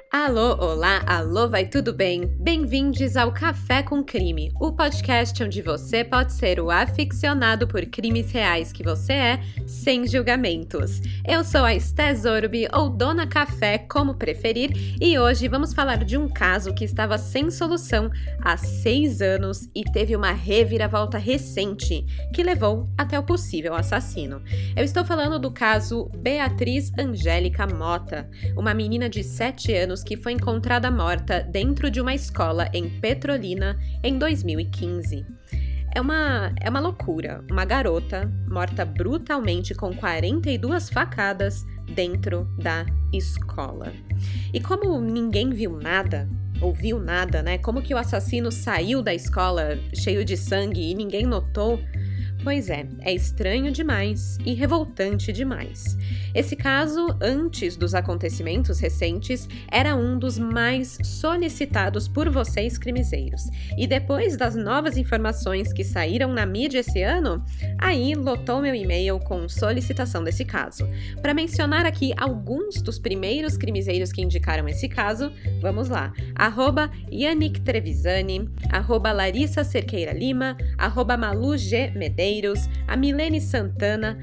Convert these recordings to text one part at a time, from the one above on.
Alô, olá, alô, vai tudo bem? Bem-vindos ao Café com Crime, o podcast onde você pode ser o aficionado por crimes reais que você é, sem julgamentos. Eu sou a Esté Zorbi, ou Dona Café, como preferir, e hoje vamos falar de um caso que estava sem solução há 6 anos e teve uma reviravolta recente, que levou até o possível assassino. Eu estou falando do caso Beatriz Angélica Mota, uma menina de 7 anos que foi encontrada morta dentro de uma escola em Petrolina em 2015. É uma loucura, uma garota morta brutalmente com 42 facadas dentro da escola. E como ninguém viu nada, ouviu nada, né? Como que o assassino saiu da escola cheio de sangue e ninguém notou? Pois é estranho demais e revoltante demais. Esse caso, antes dos acontecimentos recentes, era um dos mais solicitados por vocês crimezeiros. E depois das novas informações que saíram na mídia esse ano, aí lotou meu e-mail com solicitação desse caso. Para mencionar aqui alguns dos primeiros crimezeiros que indicaram esse caso, vamos lá. @Yannick Trevisani, @Larissa Cerqueira Lima, @Malu G Medeiros, a Milene Santana,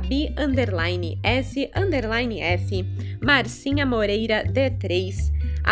Fabi_S_F, Marcinha Moreira D3,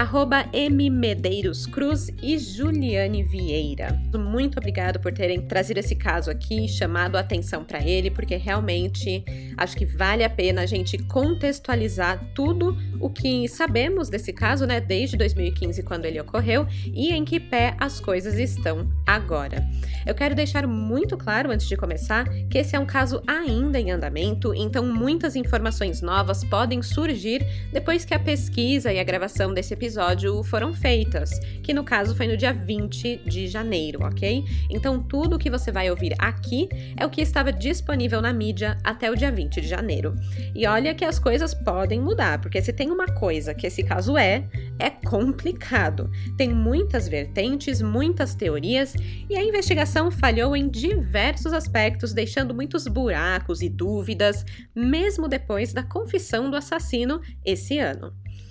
@M Medeiros Cruz e Juliane Vieira. Muito obrigado por terem trazido esse caso aqui, chamado a atenção para ele, porque realmente acho que vale a pena a gente contextualizar tudo o que sabemos desse caso, né, desde 2015, quando ele ocorreu, e em que pé as coisas estão agora. Eu quero deixar muito claro, antes de começar, que esse é um caso ainda em andamento, então muitas informações novas podem surgir depois que a pesquisa e a gravação desse episódio foram feitas, que no caso foi no dia 20 de janeiro, ok? Então tudo que você vai ouvir aqui é o que estava disponível na mídia até o dia 20 de janeiro. E olha que as coisas podem mudar, porque se tem uma coisa que esse caso é complicado. Tem muitas vertentes, muitas teorias, e a investigação falhou em diversos aspectos, deixando muitos buracos e dúvidas, mesmo depois da confissão do assassino esse ano.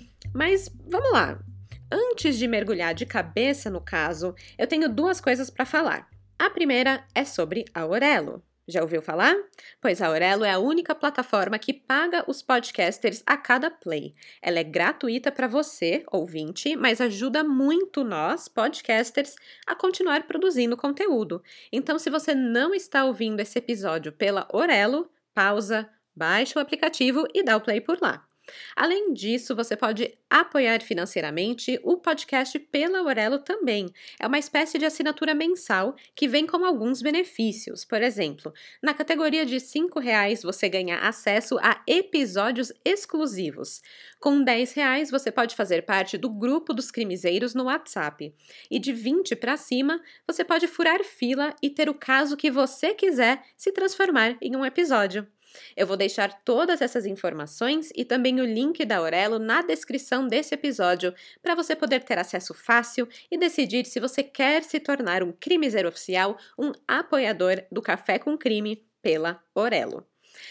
Mas vamos lá. Antes de mergulhar de cabeça no caso, eu tenho 2 coisas para falar. A primeira é sobre a Aurelo. Já ouviu falar? Pois a Aurelo é a única plataforma que paga os podcasters a cada play. Ela é gratuita para você, ouvinte, mas ajuda muito nós, podcasters, a continuar produzindo conteúdo. Então, se você não está ouvindo esse episódio pela Aurelo, pausa, baixa o aplicativo e dá o play por lá. Além disso, você pode apoiar financeiramente o podcast pela Aurelo também. É uma espécie de assinatura mensal que vem com alguns benefícios. Por exemplo, na categoria de R$5 você ganha acesso a episódios exclusivos. Com R$10 você pode fazer parte do grupo dos crimezeiros no WhatsApp. E de 20 para cima, você pode furar fila e ter o caso que você quiser se transformar em um episódio. Eu vou deixar todas essas informações e também o link da Aurelo na descrição desse episódio para você poder ter acesso fácil e decidir se você quer se tornar um crimezeiro oficial, um apoiador do Café com Crime pela Aurelo.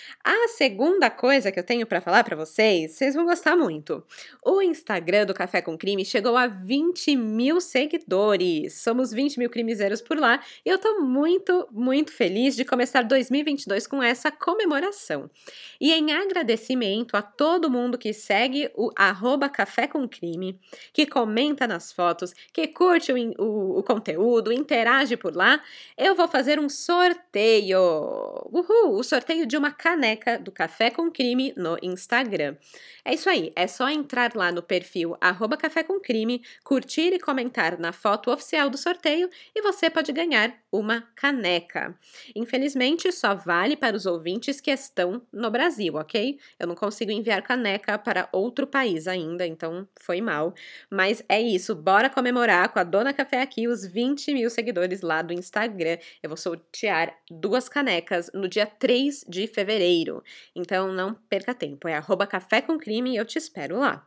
A segunda coisa que eu tenho para falar para vocês vão gostar muito. O Instagram do Café com Crime chegou a 20 mil seguidores. Somos 20 mil crimezeiros por lá e eu tô muito, muito feliz de começar 2022 com essa comemoração. E em agradecimento a todo mundo que segue o @Café com Crime, que comenta nas fotos, que curte o conteúdo, interage por lá, eu vou fazer um sorteio. Uhul! O sorteio de uma caneca do Café com Crime no Instagram. É isso aí, é só entrar lá no perfil @Café com Crime, curtir e comentar na foto oficial do sorteio e você pode ganhar uma caneca. Infelizmente, só vale para os ouvintes que estão no Brasil, ok? Eu não consigo enviar caneca para outro país ainda, então foi mal. Mas é isso, bora comemorar com a Dona Café aqui os 20 mil seguidores lá do Instagram. Eu vou sortear 2 canecas no dia 3 de fevereiro. Então não perca tempo, é @Café com Crime e eu te espero lá.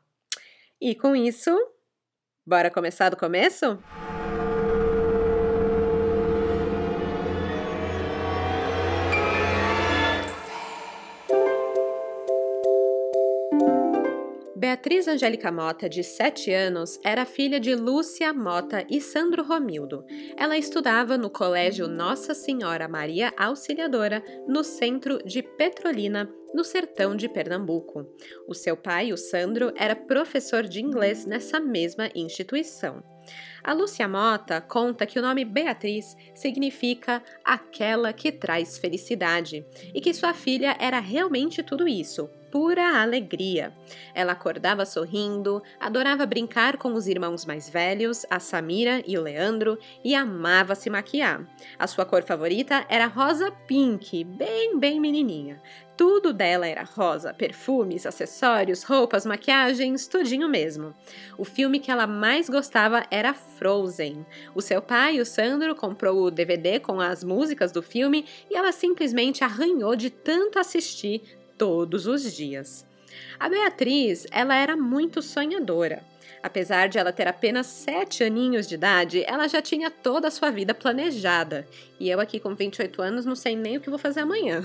E com isso, bora começar do começo? Beatriz Angélica Mota, de 7 anos, era filha de Lúcia Mota e Sandro Romildo. Ela estudava no Colégio Nossa Senhora Maria Auxiliadora, no centro de Petrolina, no sertão de Pernambuco. O seu pai, o Sandro, era professor de inglês nessa mesma instituição. A Lúcia Mota conta que o nome Beatriz significa aquela que traz felicidade e que sua filha era realmente tudo isso, pura alegria. Ela acordava sorrindo, adorava brincar com os irmãos mais velhos, a Samira e o Leandro, e amava se maquiar. A sua cor favorita era rosa pink, bem menininha. Tudo dela era rosa, perfumes, acessórios, roupas, maquiagens, tudinho mesmo. O filme que ela mais gostava era Frozen. O seu pai, o Sandro, comprou o DVD com as músicas do filme e ela simplesmente arranhou de tanto assistir todos os dias. A Beatriz, ela era muito sonhadora. Apesar de ela ter apenas 7 aninhos de idade, ela já tinha toda a sua vida planejada. E eu aqui com 28 anos não sei nem o que vou fazer amanhã.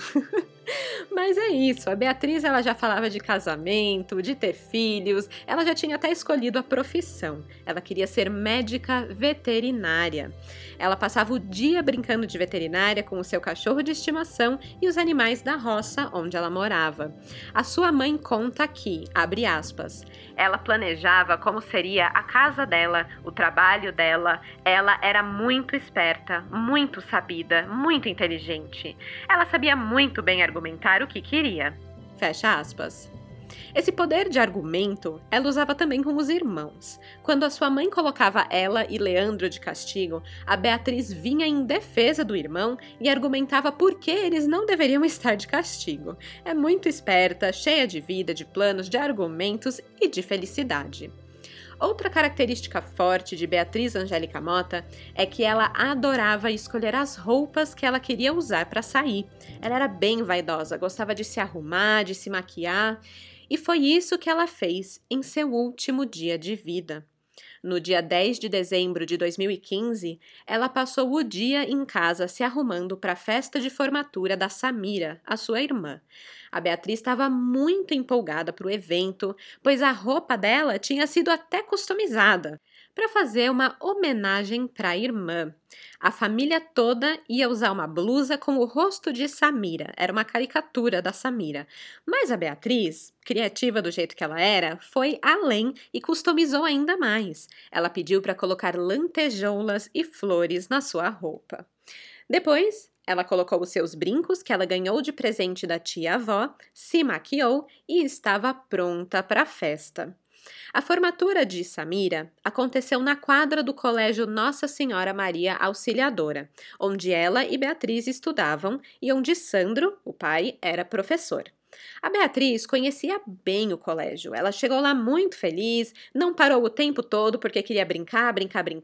Mas é isso, a Beatriz ela já falava de casamento, de ter filhos, ela já tinha até escolhido a profissão. Ela queria ser médica veterinária. Ela passava o dia brincando de veterinária com o seu cachorro de estimação e os animais da roça onde ela morava. A sua mãe conta aqui, abre aspas, ela planejava como seria a casa dela, o trabalho dela. Ela era muito esperta, muito sabida, muito inteligente. Ela sabia muito bem argumentar o que queria. Fecha aspas. Esse poder de argumento ela usava também com os irmãos. Quando a sua mãe colocava ela e Leandro de castigo, a Beatriz vinha em defesa do irmão e argumentava por que eles não deveriam estar de castigo. É muito esperta, cheia de vida, de planos, de argumentos e de felicidade. Outra característica forte de Beatriz Angélica Mota é que ela adorava escolher as roupas que ela queria usar para sair. Ela era bem vaidosa, gostava de se arrumar, de se maquiar, e foi isso que ela fez em seu último dia de vida. No dia 10 de dezembro de 2015, ela passou o dia em casa se arrumando para a festa de formatura da Samira, a sua irmã. A Beatriz estava muito empolgada para o evento, pois a roupa dela tinha sido até customizada para fazer uma homenagem para a irmã. A família toda ia usar uma blusa com o rosto de Samira, era uma caricatura da Samira. Mas a Beatriz, criativa do jeito que ela era, foi além e customizou ainda mais. Ela pediu para colocar lantejoulas e flores na sua roupa. Depois, ela colocou os seus brincos que ela ganhou de presente da tia-avó, se maquiou e estava pronta para a festa. A formatura de Samira aconteceu na quadra do Colégio Nossa Senhora Maria Auxiliadora, onde ela e Beatriz estudavam e onde Sandro, o pai, era professor. A Beatriz conhecia bem o colégio. Ela chegou lá muito feliz, não parou o tempo todo porque queria brincar.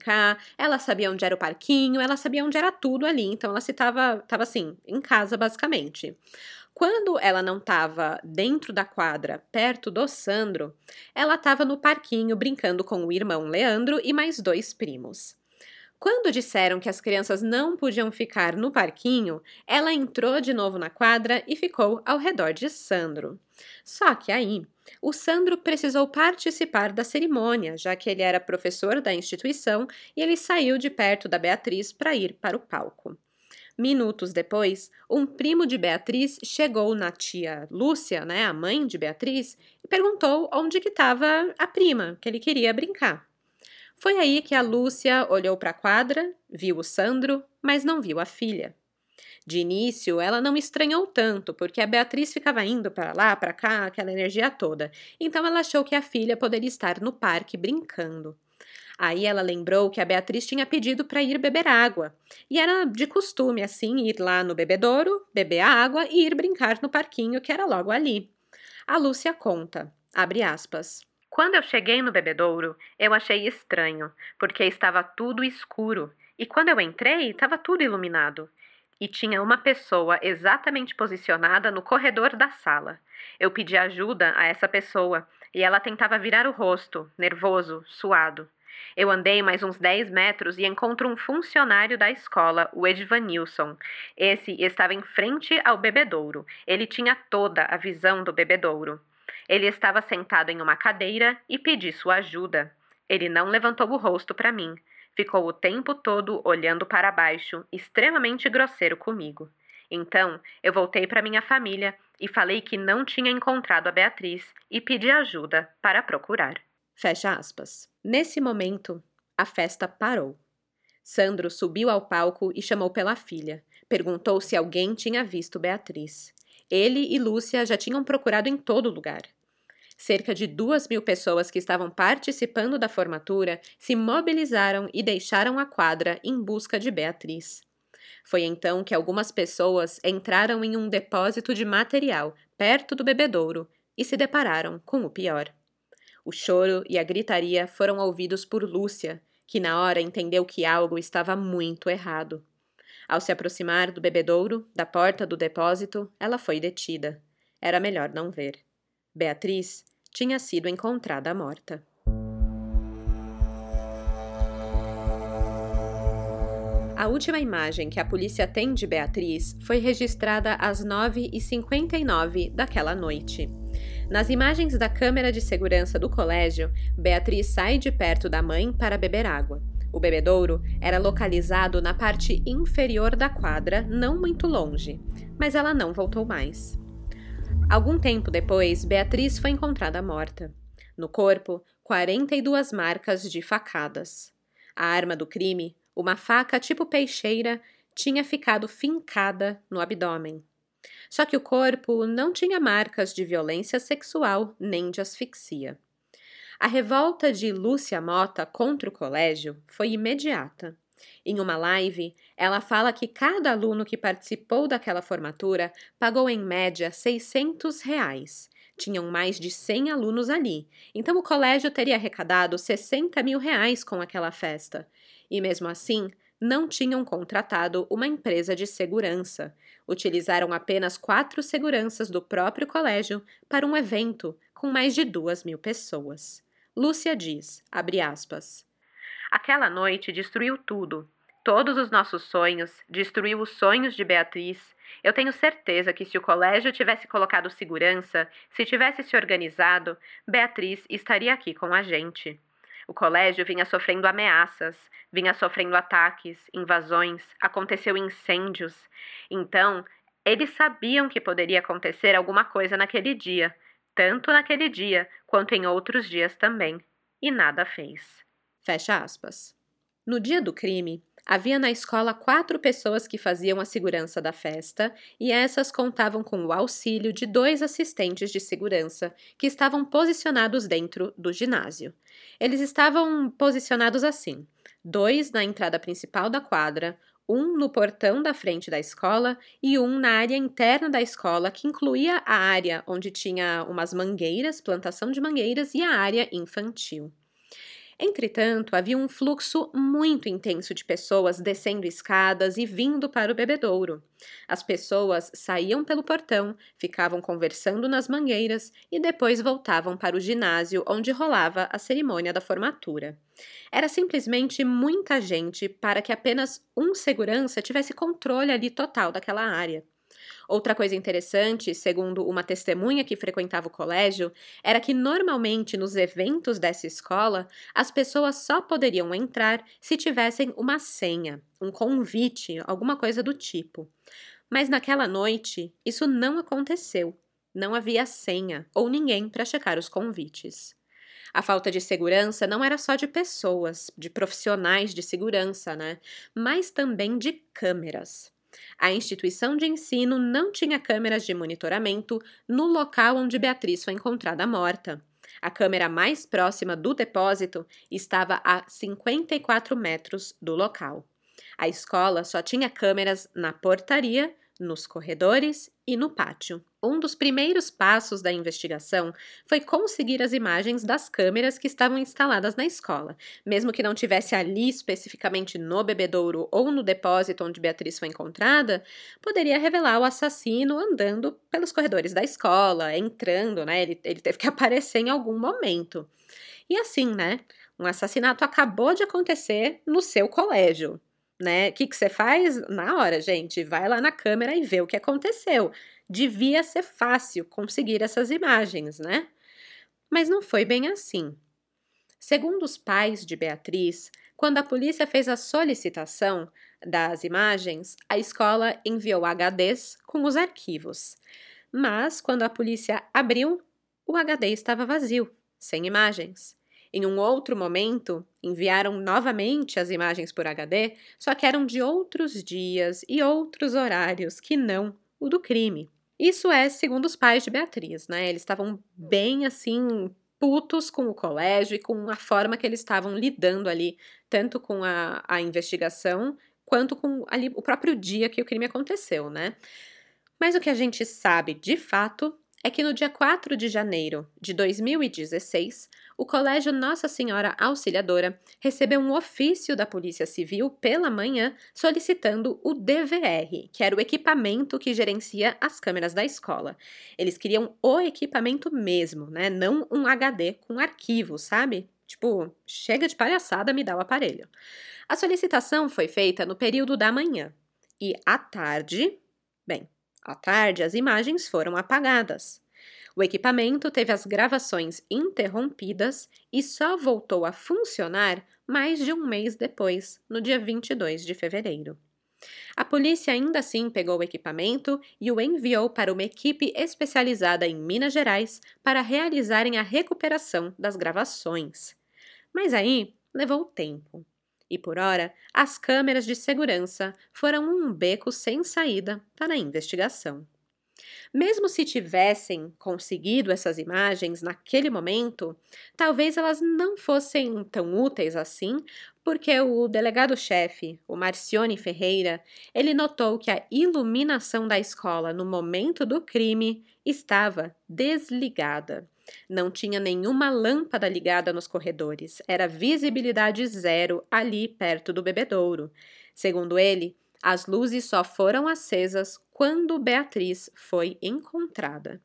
Ela sabia onde era o parquinho, ela sabia onde era tudo ali, então ela estava assim, em casa basicamente. Quando ela não estava dentro da quadra, perto do Sandro, ela estava no parquinho brincando com o irmão Leandro e mais 2 primos. Quando disseram que as crianças não podiam ficar no parquinho, ela entrou de novo na quadra e ficou ao redor de Sandro. Só que aí, o Sandro precisou participar da cerimônia, já que ele era professor da instituição e ele saiu de perto da Beatriz para ir para o palco. Minutos depois, um primo de Beatriz chegou na tia Lúcia, a mãe de Beatriz, e perguntou onde que estava a prima, que ele queria brincar. Foi aí que a Lúcia olhou para a quadra, viu o Sandro, mas não viu a filha. De início, ela não estranhou tanto, porque a Beatriz ficava indo para lá, para cá, aquela energia toda. Então ela achou que a filha poderia estar no parque brincando. Aí ela lembrou que a Beatriz tinha pedido para ir beber água. E era de costume, assim, ir lá no bebedouro, beber a água e ir brincar no parquinho que era logo ali. A Lúcia conta, abre aspas. Quando eu cheguei no bebedouro, eu achei estranho, porque estava tudo escuro. E quando eu entrei, estava tudo iluminado. E tinha uma pessoa exatamente posicionada no corredor da sala. Eu pedi ajuda a essa pessoa e ela tentava virar o rosto, nervoso, suado. Eu andei mais uns 10 metros e encontro um funcionário da escola, o Edvanilson. Esse estava em frente ao bebedouro. Ele tinha toda a visão do bebedouro. Ele estava sentado em uma cadeira e pedi sua ajuda. Ele não levantou o rosto para mim. Ficou o tempo todo olhando para baixo, extremamente grosseiro comigo. Então, eu voltei para minha família e falei que não tinha encontrado a Beatriz e pedi ajuda para procurar. Fecha aspas. Nesse momento, a festa parou. Sandro subiu ao palco e chamou pela filha. Perguntou se alguém tinha visto Beatriz. Ele e Lúcia já tinham procurado em todo lugar. Cerca de 2.000 pessoas que estavam participando da formatura se mobilizaram e deixaram a quadra em busca de Beatriz. Foi então que algumas pessoas entraram em um depósito de material perto do bebedouro e se depararam com o pior. O choro e a gritaria foram ouvidos por Lúcia, que na hora entendeu que algo estava muito errado. Ao se aproximar do bebedouro, da porta do depósito, ela foi detida. Era melhor não ver. Beatriz tinha sido encontrada morta. A última imagem que a polícia tem de Beatriz foi registrada às 9h59 daquela noite. Nas imagens da câmera de segurança do colégio, Beatriz sai de perto da mãe para beber água. O bebedouro era localizado na parte inferior da quadra, não muito longe, mas ela não voltou mais. Algum tempo depois, Beatriz foi encontrada morta. No corpo, 42 marcas de facadas. A arma do crime, uma faca tipo peixeira, tinha ficado fincada no abdômen. Só que o corpo não tinha marcas de violência sexual nem de asfixia. A revolta de Lúcia Mota contra o colégio foi imediata. Em uma live, ela fala que cada aluno que participou daquela formatura pagou em média R$600. Tinham mais de 100 alunos ali, então o colégio teria arrecadado R$60 mil com aquela festa. E mesmo assim, não tinham contratado uma empresa de segurança. Utilizaram apenas 4 seguranças do próprio colégio para um evento com mais de 2.000 pessoas. Lúcia diz, abre aspas, aquela noite destruiu tudo. Todos os nossos sonhos, destruiu os sonhos de Beatriz. Eu tenho certeza que se o colégio tivesse colocado segurança, se tivesse se organizado, Beatriz estaria aqui com a gente. O colégio vinha sofrendo ameaças, vinha sofrendo ataques, invasões, aconteceu incêndios. Então, eles sabiam que poderia acontecer alguma coisa naquele dia, tanto naquele dia quanto em outros dias também. E nada fez. Fecha aspas. No dia do crime, havia na escola 4 pessoas que faziam a segurança da festa e essas contavam com o auxílio de 2 assistentes de segurança que estavam posicionados dentro do ginásio. Eles estavam posicionados assim, 2 na entrada principal da quadra, 1 no portão da frente da escola e 1 na área interna da escola, que incluía a área onde tinha umas mangueiras, plantação de mangueiras e a área infantil. Entretanto, havia um fluxo muito intenso de pessoas descendo escadas e vindo para o bebedouro. As pessoas saíam pelo portão, ficavam conversando nas mangueiras e depois voltavam para o ginásio onde rolava a cerimônia da formatura. Era simplesmente muita gente para que apenas um segurança tivesse controle ali total daquela área. Outra coisa interessante, segundo uma testemunha que frequentava o colégio, era que normalmente nos eventos dessa escola, as pessoas só poderiam entrar se tivessem uma senha, um convite, alguma coisa do tipo. Mas naquela noite, isso não aconteceu. Não havia senha ou ninguém para checar os convites. A falta de segurança não era só de pessoas, de profissionais de segurança, né? Mas também de câmeras. A instituição de ensino não tinha câmeras de monitoramento no local onde Beatriz foi encontrada morta. A câmera mais próxima do depósito estava a 54 metros do local. A escola só tinha câmeras na portaria, nos corredores e no pátio. Um dos primeiros passos da investigação foi conseguir as imagens das câmeras que estavam instaladas na escola. Mesmo que não tivesse ali especificamente no bebedouro ou no depósito onde Beatriz foi encontrada, poderia revelar o assassino andando pelos corredores da escola, entrando, né? Ele teve que aparecer em algum momento. E assim, né? Um assassinato acabou de acontecer no seu colégio. Né? O que você faz? Na hora, gente, vai lá na câmera e vê o que aconteceu. Devia ser fácil conseguir essas imagens, né? Mas não foi bem assim. Segundo os pais de Beatriz, quando a polícia fez a solicitação das imagens, a escola enviou HDs com os arquivos. Mas, quando a polícia abriu, o HD estava vazio, sem imagens. Em um outro momento, enviaram novamente as imagens por HD, só que eram de outros dias e outros horários que não o do crime. Isso é segundo os pais de Beatriz, né? Eles estavam bem assim putos com o colégio e com a forma que eles estavam lidando ali, tanto com a investigação, quanto com ali o próprio dia que o crime aconteceu, né? Mas o que a gente sabe de fato é que no dia 4 de janeiro de 2016, o Colégio Nossa Senhora Auxiliadora recebeu um ofício da Polícia Civil pela manhã solicitando o DVR, que era o equipamento que gerencia as câmeras da escola. Eles queriam o equipamento mesmo, né? Não um HD com arquivo, sabe? Tipo, chega de palhaçada, me dá o aparelho. A solicitação foi feita no período da manhã e à tarde, à tarde, as imagens foram apagadas. O equipamento teve as gravações interrompidas e só voltou a funcionar mais de um mês depois, no dia 22 de fevereiro. A polícia ainda assim pegou o equipamento e o enviou para uma equipe especializada em Minas Gerais para realizarem a recuperação das gravações. Mas aí levou tempo. E por hora, as câmeras de segurança foram um beco sem saída para a investigação. Mesmo se tivessem conseguido essas imagens naquele momento, talvez elas não fossem tão úteis assim, porque o delegado-chefe, o Marcione Ferreira, ele notou que a iluminação da escola no momento do crime estava desligada. Não tinha nenhuma lâmpada ligada nos corredores, era visibilidade zero ali perto do bebedouro. Segundo ele, as luzes só foram acesas quando Beatriz foi encontrada.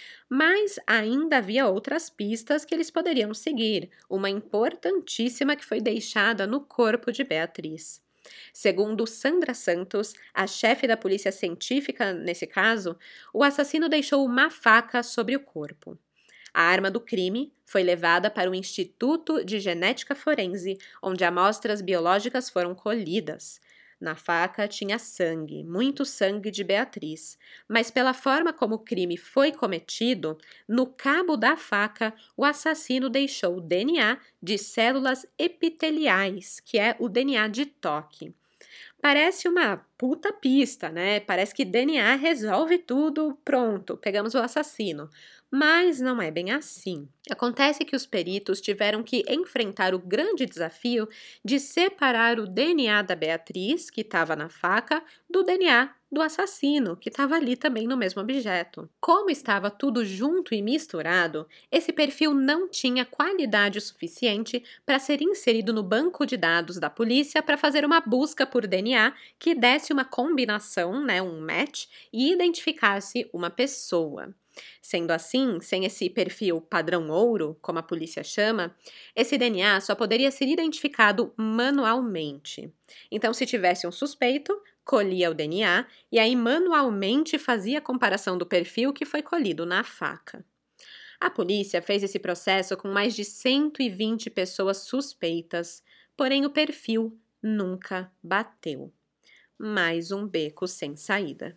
Mas ainda havia outras pistas que eles poderiam seguir, uma importantíssima que foi deixada no corpo de Beatriz. Segundo Sandra Santos, a chefe da polícia científica nesse caso, o assassino deixou uma faca sobre o corpo. A arma do crime foi levada para o Instituto de Genética Forense, onde amostras biológicas foram colhidas. Na faca tinha sangue, muito sangue de Beatriz, mas pela forma como o crime foi cometido, no cabo da faca, o assassino deixou o DNA de células epiteliais, que é o DNA de toque. Parece uma puta pista, né? Parece que DNA resolve tudo, pronto, pegamos o assassino. Mas não é bem assim. Acontece que os peritos tiveram que enfrentar o grande desafio de separar o DNA da Beatriz, que estava na faca, do DNA do assassino, que estava ali também no mesmo objeto. Como estava tudo junto e misturado, esse perfil não tinha qualidade suficiente para ser inserido no banco de dados da polícia para fazer uma busca por DNA que desse uma combinação, né, um match, e identificasse uma pessoa. Sendo assim, sem esse perfil padrão ouro, como a polícia chama, esse DNA só poderia ser identificado manualmente. Então, se tivesse um suspeito, colhia o DNA e aí manualmente fazia a comparação do perfil que foi colhido na faca. A polícia fez esse processo com mais de 120 pessoas suspeitas, porém o perfil nunca bateu. Mais um beco sem saída.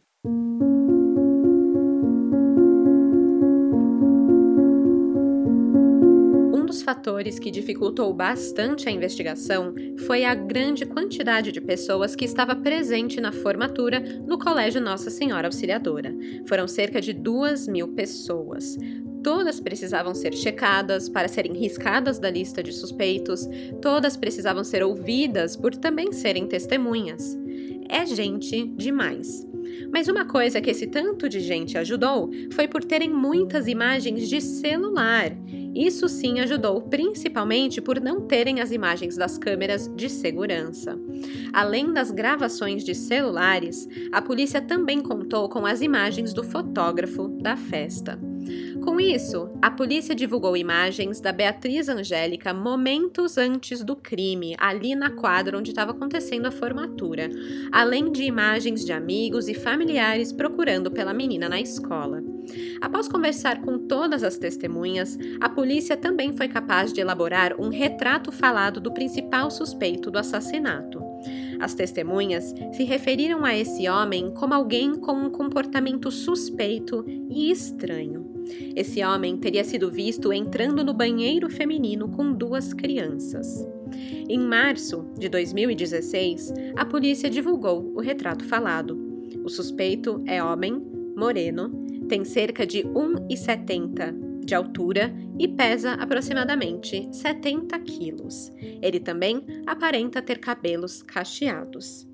Um dos fatores que dificultou bastante a investigação foi a grande quantidade de pessoas que estava presente na formatura no Colégio Nossa Senhora Auxiliadora. Foram cerca de 2.000 pessoas. Todas precisavam ser checadas para serem riscadas da lista de suspeitos, todas precisavam ser ouvidas por também serem testemunhas. É gente demais. Mas uma coisa que esse tanto de gente ajudou foi por terem muitas imagens de celular. Isso sim ajudou, principalmente por não terem as imagens das câmeras de segurança. Além das gravações de celulares, a polícia também contou com as imagens do fotógrafo da festa. Com isso, a polícia divulgou imagens da Beatriz Angélica momentos antes do crime, ali na quadra onde estava acontecendo a formatura, além de imagens de amigos e familiares procurando pela menina na escola. Após conversar com todas as testemunhas, a polícia também foi capaz de elaborar um retrato falado do principal suspeito do assassinato. As testemunhas se referiram a esse homem como alguém com um comportamento suspeito e estranho. Esse homem teria sido visto entrando no banheiro feminino com 2 crianças. Em março de 2016, a polícia divulgou o retrato falado. O suspeito é homem, moreno, tem cerca de 1,70 de altura e pesa aproximadamente 70 quilos. Ele também aparenta ter cabelos cacheados.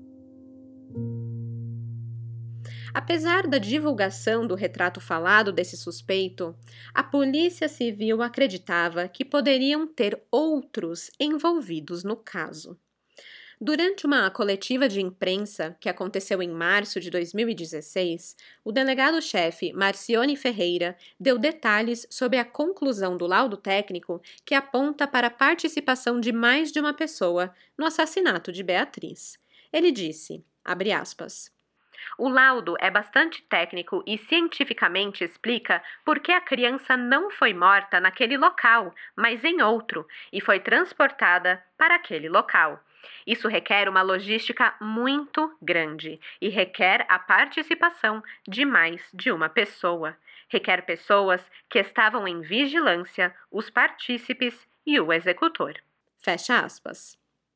Apesar da divulgação do retrato falado desse suspeito, a Polícia Civil acreditava que poderiam ter outros envolvidos no caso. Durante uma coletiva de imprensa que aconteceu em março de 2016, o delegado-chefe Marcione Ferreira deu detalhes sobre a conclusão do laudo técnico que aponta para a participação de mais de uma pessoa no assassinato de Beatriz. Ele disse, abre aspas, o laudo é bastante técnico e cientificamente explica por que a criança não foi morta naquele local, mas em outro, e foi transportada para aquele local. Isso requer uma logística muito grande e requer a participação de mais de uma pessoa. Requer pessoas que estavam em vigilância, os partícipes e o executor. Fecha aspas.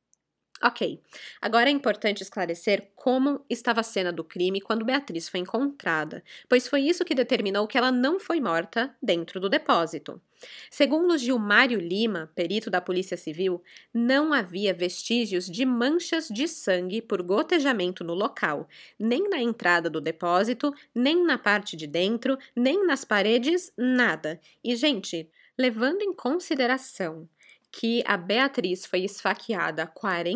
Ok, agora é importante esclarecer como estava a cena do crime quando Beatriz foi encontrada, pois foi isso que determinou que ela não foi morta dentro do depósito. Segundo Gilmário Lima, perito da Polícia Civil, não havia vestígios de manchas de sangue por gotejamento no local, nem na entrada do depósito, nem na parte de dentro, nem nas paredes, nada. E, gente, levando em consideração que a Beatriz foi esfaqueada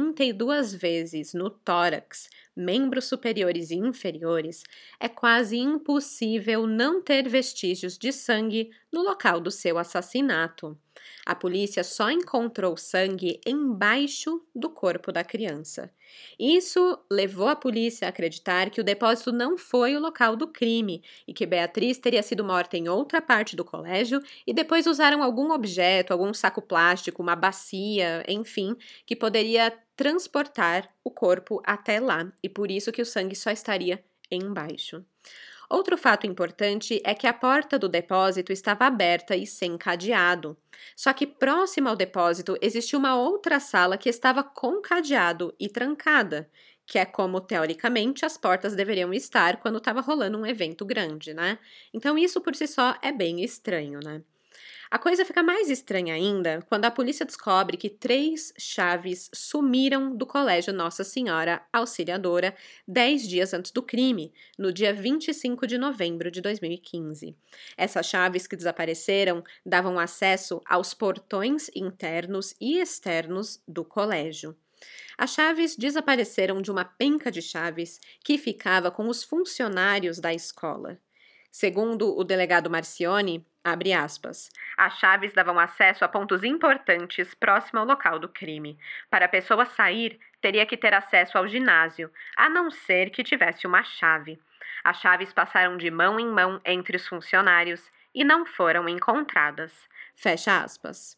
42 vezes no tórax, membros superiores e inferiores, é quase impossível não ter vestígios de sangue no local do seu assassinato. A polícia só encontrou sangue embaixo do corpo da criança. Isso levou a polícia a acreditar que o depósito não foi o local do crime e que Beatriz teria sido morta em outra parte do colégio e depois usaram algum objeto, algum saco plástico, uma bacia, enfim, que poderia transportar o corpo até lá e por isso que o sangue só estaria embaixo. Outro fato importante é que a porta do depósito estava aberta e sem cadeado. Só que próximo ao depósito existia uma outra sala que estava com cadeado e trancada, que é como, teoricamente, as portas deveriam estar quando estava rolando um evento grande, né? Então isso por si só é bem estranho, né? A coisa fica mais estranha ainda quando a polícia descobre que 3 chaves sumiram do Colégio Nossa Senhora Auxiliadora 10 dias antes do crime, no dia 25 de novembro de 2015. Essas chaves que desapareceram davam acesso aos portões internos e externos do colégio. As chaves desapareceram de uma penca de chaves que ficava com os funcionários da escola. Segundo o delegado Marcione, abre aspas, as chaves davam acesso a pontos importantes próximo ao local do crime. Para a pessoa sair, teria que ter acesso ao ginásio, a não ser que tivesse uma chave. As chaves passaram de mão em mão entre os funcionários e não foram encontradas. Fecha aspas.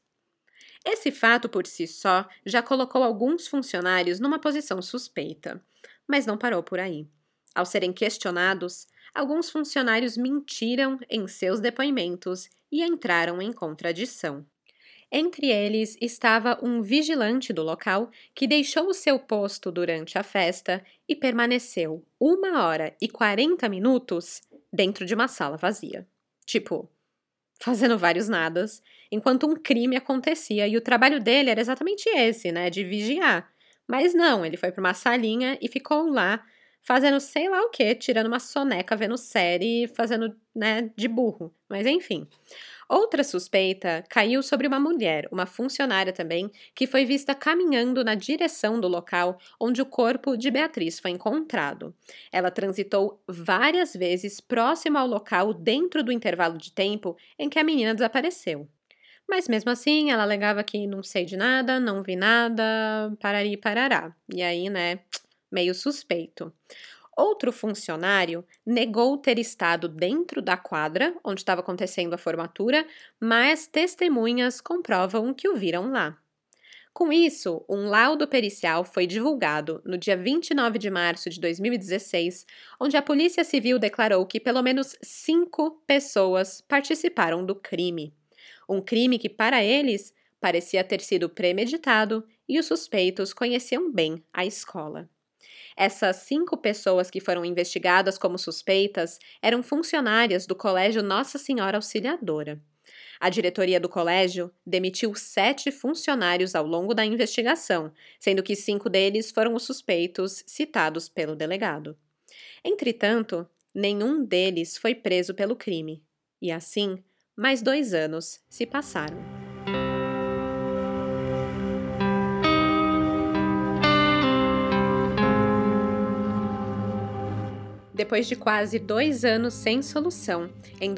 Esse fato por si só já colocou alguns funcionários numa posição suspeita, mas não parou por aí. Ao serem questionados, alguns funcionários mentiram em seus depoimentos e entraram em contradição. Entre eles estava um vigilante do local que deixou o seu posto durante a festa e permaneceu 1 hora e 40 minutos dentro de uma sala vazia. Tipo, fazendo vários nadas, enquanto um crime acontecia e o trabalho dele era exatamente esse, né, de vigiar. Mas não, ele foi para uma salinha e ficou lá fazendo sei lá o quê, tirando uma soneca, vendo série, fazendo, né, de burro. Mas enfim. Outra suspeita caiu sobre uma mulher, uma funcionária também, que foi vista caminhando na direção do local onde o corpo de Beatriz foi encontrado. Ela transitou várias vezes próximo ao local dentro do intervalo de tempo em que a menina desapareceu. Mas mesmo assim, ela alegava que não sei de nada, não vi nada, parari parará. E aí, né, meio suspeito. Outro funcionário negou ter estado dentro da quadra onde estava acontecendo a formatura, mas testemunhas comprovam que o viram lá. Com isso, um laudo pericial foi divulgado no dia 29 de março de 2016, onde a Polícia Civil declarou que pelo menos 5 pessoas participaram do crime. Um crime que, para eles, parecia ter sido premeditado e os suspeitos conheciam bem a escola. Essas 5 pessoas que foram investigadas como suspeitas eram funcionárias do Colégio Nossa Senhora Auxiliadora. A diretoria do colégio demitiu 7 funcionários ao longo da investigação, sendo que 5 deles foram os suspeitos citados pelo delegado. Entretanto, nenhum deles foi preso pelo crime. E assim, mais 2 anos se passaram. Depois de quase 2 anos sem solução, em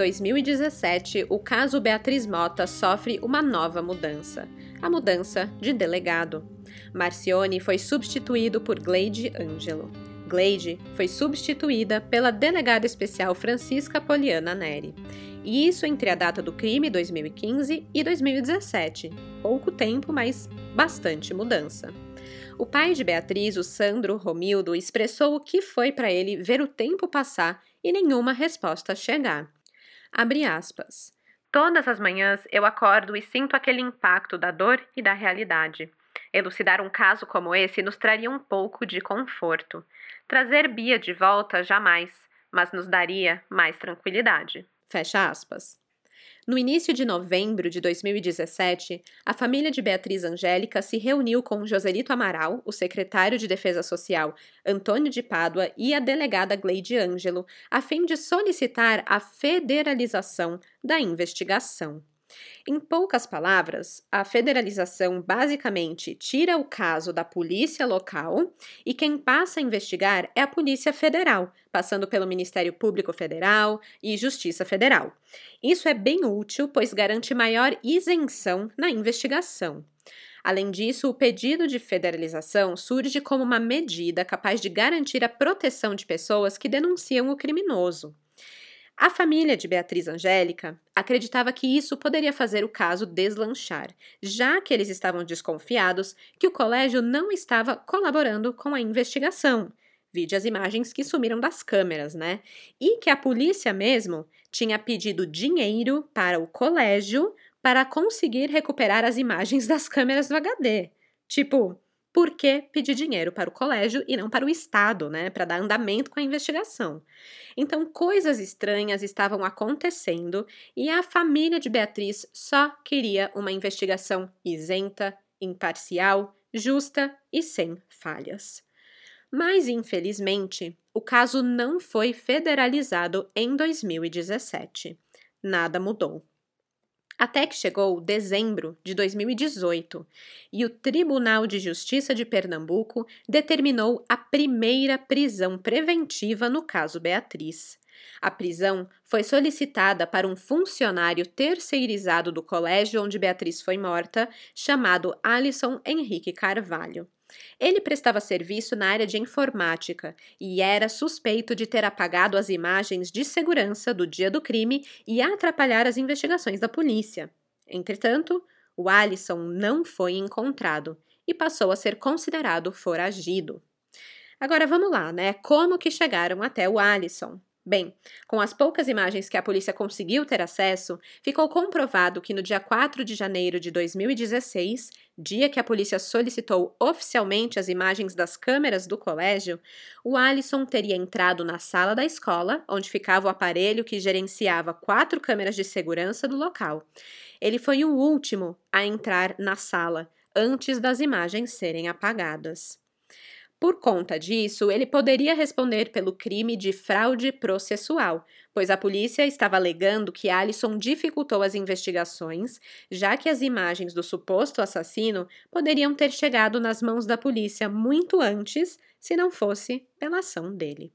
2017, o caso Beatriz Mota sofre uma nova mudança, a mudança de delegado. Marcione foi substituído por Gleide Ângelo. Gleide foi substituída pela delegada especial Francisca Poliana Neri. E isso entre a data do crime, 2015, e 2017. Pouco tempo, mas bastante mudança. O pai de Beatriz, o Sandro Romildo, expressou o que foi para ele ver o tempo passar e nenhuma resposta chegar. Abre aspas. Todas as manhãs eu acordo e sinto aquele impacto da dor e da realidade. Elucidar um caso como esse nos traria um pouco de conforto. Trazer Bia de volta, jamais, mas nos daria mais tranquilidade. Fecha aspas. No início de novembro de 2017, a família de Beatriz Angélica se reuniu com Joselito Amaral, o secretário de Defesa Social Antônio de Pádua e a delegada Gleide Ângelo, a fim de solicitar a federalização da investigação. Em poucas palavras, a federalização basicamente tira o caso da polícia local e quem passa a investigar é a Polícia Federal, passando pelo Ministério Público Federal e Justiça Federal. Isso é bem útil, pois garante maior isenção na investigação. Além disso, o pedido de federalização surge como uma medida capaz de garantir a proteção de pessoas que denunciam o criminoso. A família de Beatriz Angélica acreditava que isso poderia fazer o caso deslanchar, já que eles estavam desconfiados que o colégio não estava colaborando com a investigação. Vide as imagens que sumiram das câmeras, né? E que a polícia mesmo tinha pedido dinheiro para o colégio para conseguir recuperar as imagens das câmeras do HD. Tipo, por que pedir dinheiro para o colégio e não para o Estado, né? Para dar andamento com a investigação. Então, coisas estranhas estavam acontecendo e a família de Beatriz só queria uma investigação isenta, imparcial, justa e sem falhas. Mas, infelizmente, o caso não foi federalizado em 2017. Nada mudou. Até que chegou dezembro de 2018 e o Tribunal de Justiça de Pernambuco determinou a primeira prisão preventiva no caso Beatriz. A prisão foi solicitada para um funcionário terceirizado do colégio onde Beatriz foi morta, chamado Alisson Henrique Carvalho. Ele prestava serviço na área de informática e era suspeito de ter apagado as imagens de segurança do dia do crime e atrapalhar as investigações da polícia. Entretanto, o Alisson não foi encontrado e passou a ser considerado foragido. Agora vamos lá, né? Como que chegaram até o Alisson? Bem, com as poucas imagens que a polícia conseguiu ter acesso, ficou comprovado que no dia 4 de janeiro de 2016, dia que a polícia solicitou oficialmente as imagens das câmeras do colégio, o Alisson teria entrado na sala da escola, onde ficava o aparelho que gerenciava 4 câmeras de segurança do local. Ele foi o último a entrar na sala, antes das imagens serem apagadas. Por conta disso, ele poderia responder pelo crime de fraude processual, pois a polícia estava alegando que Alison dificultou as investigações, já que as imagens do suposto assassino poderiam ter chegado nas mãos da polícia muito antes, se não fosse pela ação dele.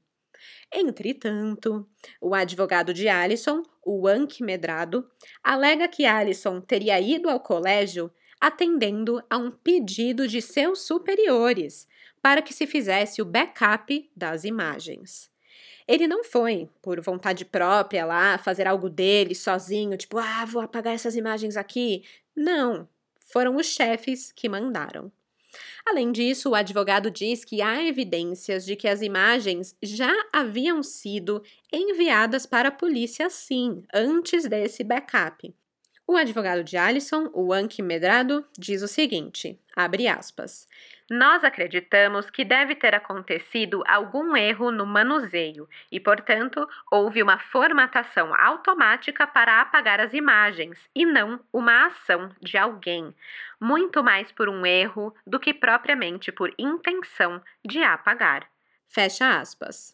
Entretanto, o advogado de Alison, o Anki Medrado, alega que Alison teria ido ao colégio atendendo a um pedido de seus superiores para que se fizesse o backup das imagens. Ele não foi, por vontade própria, lá fazer algo dele sozinho, tipo, vou apagar essas imagens aqui. Não, foram os chefes que mandaram. Além disso, o advogado diz que há evidências de que as imagens já haviam sido enviadas para a polícia sim, antes desse backup. O advogado de Alison, o Anki Medrado, diz o seguinte, abre aspas, nós acreditamos que deve ter acontecido algum erro no manuseio e, portanto, houve uma formatação automática para apagar as imagens e não uma ação de alguém, muito mais por um erro do que propriamente por intenção de apagar. Fecha aspas.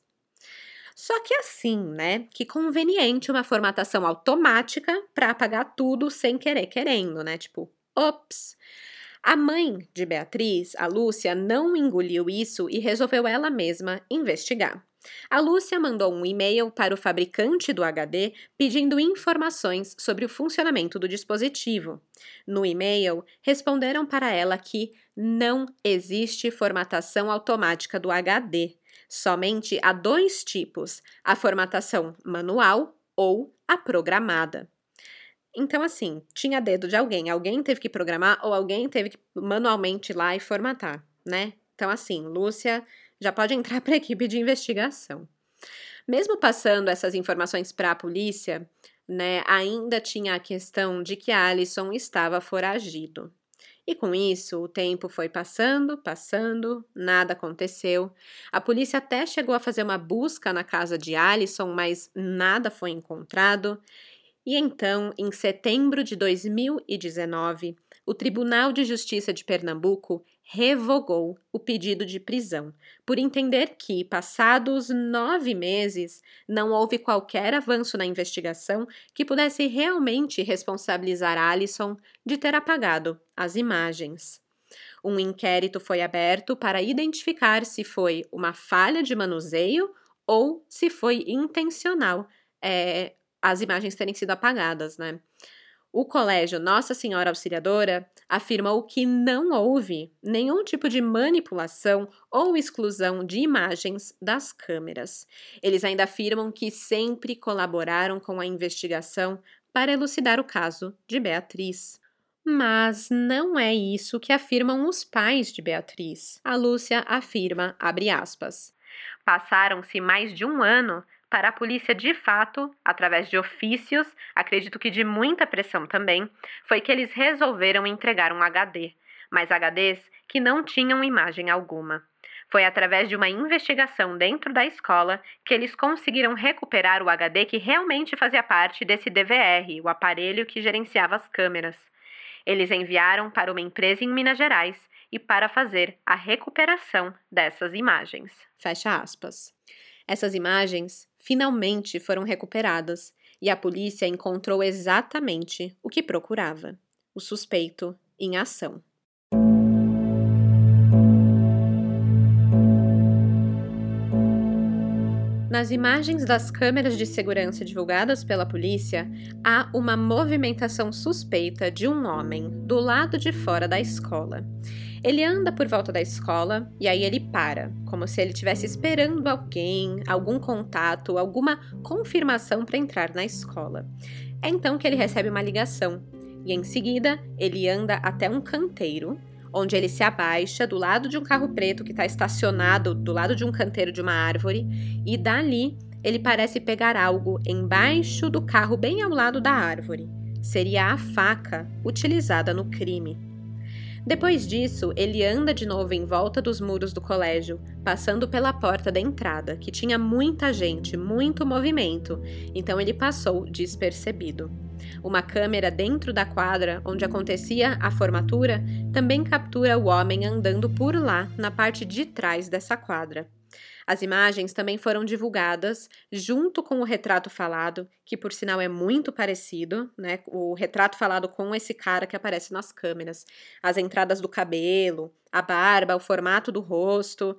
Só que assim, né? Que conveniente uma formatação automática para apagar tudo sem querer querendo, né? Tipo, ops! A mãe de Beatriz, a Lúcia, não engoliu isso e resolveu ela mesma investigar. A Lúcia mandou um e-mail para o fabricante do HD pedindo informações sobre o funcionamento do dispositivo. No e-mail, responderam para ela que não existe formatação automática do HD. Somente há 2 tipos, a formatação manual ou a programada. Então, assim, tinha dedo de alguém teve que programar ou alguém teve que manualmente ir lá e formatar, né? Então, assim, Lúcia já pode entrar para a equipe de investigação. Mesmo passando essas informações para a polícia, né, ainda tinha a questão de que Alison estava foragido. E com isso, o tempo foi passando, nada aconteceu. A polícia até chegou a fazer uma busca na casa de Alison, mas nada foi encontrado. E então, em setembro de 2019, o Tribunal de Justiça de Pernambuco revogou o pedido de prisão, por entender que, passados 9 meses, não houve qualquer avanço na investigação que pudesse realmente responsabilizar Alison de ter apagado as imagens. Um inquérito foi aberto para identificar se foi uma falha de manuseio ou se foi intencional as imagens terem sido apagadas, né? O colégio Nossa Senhora Auxiliadora afirmou que não houve nenhum tipo de manipulação ou exclusão de imagens das câmeras. Eles ainda afirmam que sempre colaboraram com a investigação para elucidar o caso de Beatriz. Mas não é isso que afirmam os pais de Beatriz. A Lúcia afirma, abre aspas, passaram-se mais de 1 ano para a polícia, de fato, através de ofícios, acredito que de muita pressão também, foi que eles resolveram entregar um HD, mas HDs que não tinham imagem alguma. Foi através de uma investigação dentro da escola que eles conseguiram recuperar o HD que realmente fazia parte desse DVR, o aparelho que gerenciava as câmeras. Eles enviaram para uma empresa em Minas Gerais e para fazer a recuperação dessas imagens. Fecha aspas. Essas imagens finalmente foram recuperadas e a polícia encontrou exatamente o que procurava: o suspeito em ação. Nas imagens das câmeras de segurança divulgadas pela polícia, há uma movimentação suspeita de um homem do lado de fora da escola. Ele anda por volta da escola e aí ele para, como se ele estivesse esperando alguém, algum contato, alguma confirmação para entrar na escola. É então que ele recebe uma ligação e em seguida ele anda até um canteiro, onde ele se abaixa do lado de um carro preto que está estacionado do lado de um canteiro de uma árvore e dali ele parece pegar algo embaixo do carro bem ao lado da árvore. Seria a faca utilizada no crime. Depois disso, ele anda de novo em volta dos muros do colégio, passando pela porta da entrada, que tinha muita gente, muito movimento, então ele passou despercebido. Uma câmera dentro da quadra onde acontecia a formatura também captura o homem andando por lá, na parte de trás dessa quadra. As imagens também foram divulgadas junto com o retrato falado, que por sinal é muito parecido, né? O retrato falado com esse cara que aparece nas câmeras. As entradas do cabelo, a barba, o formato do rosto,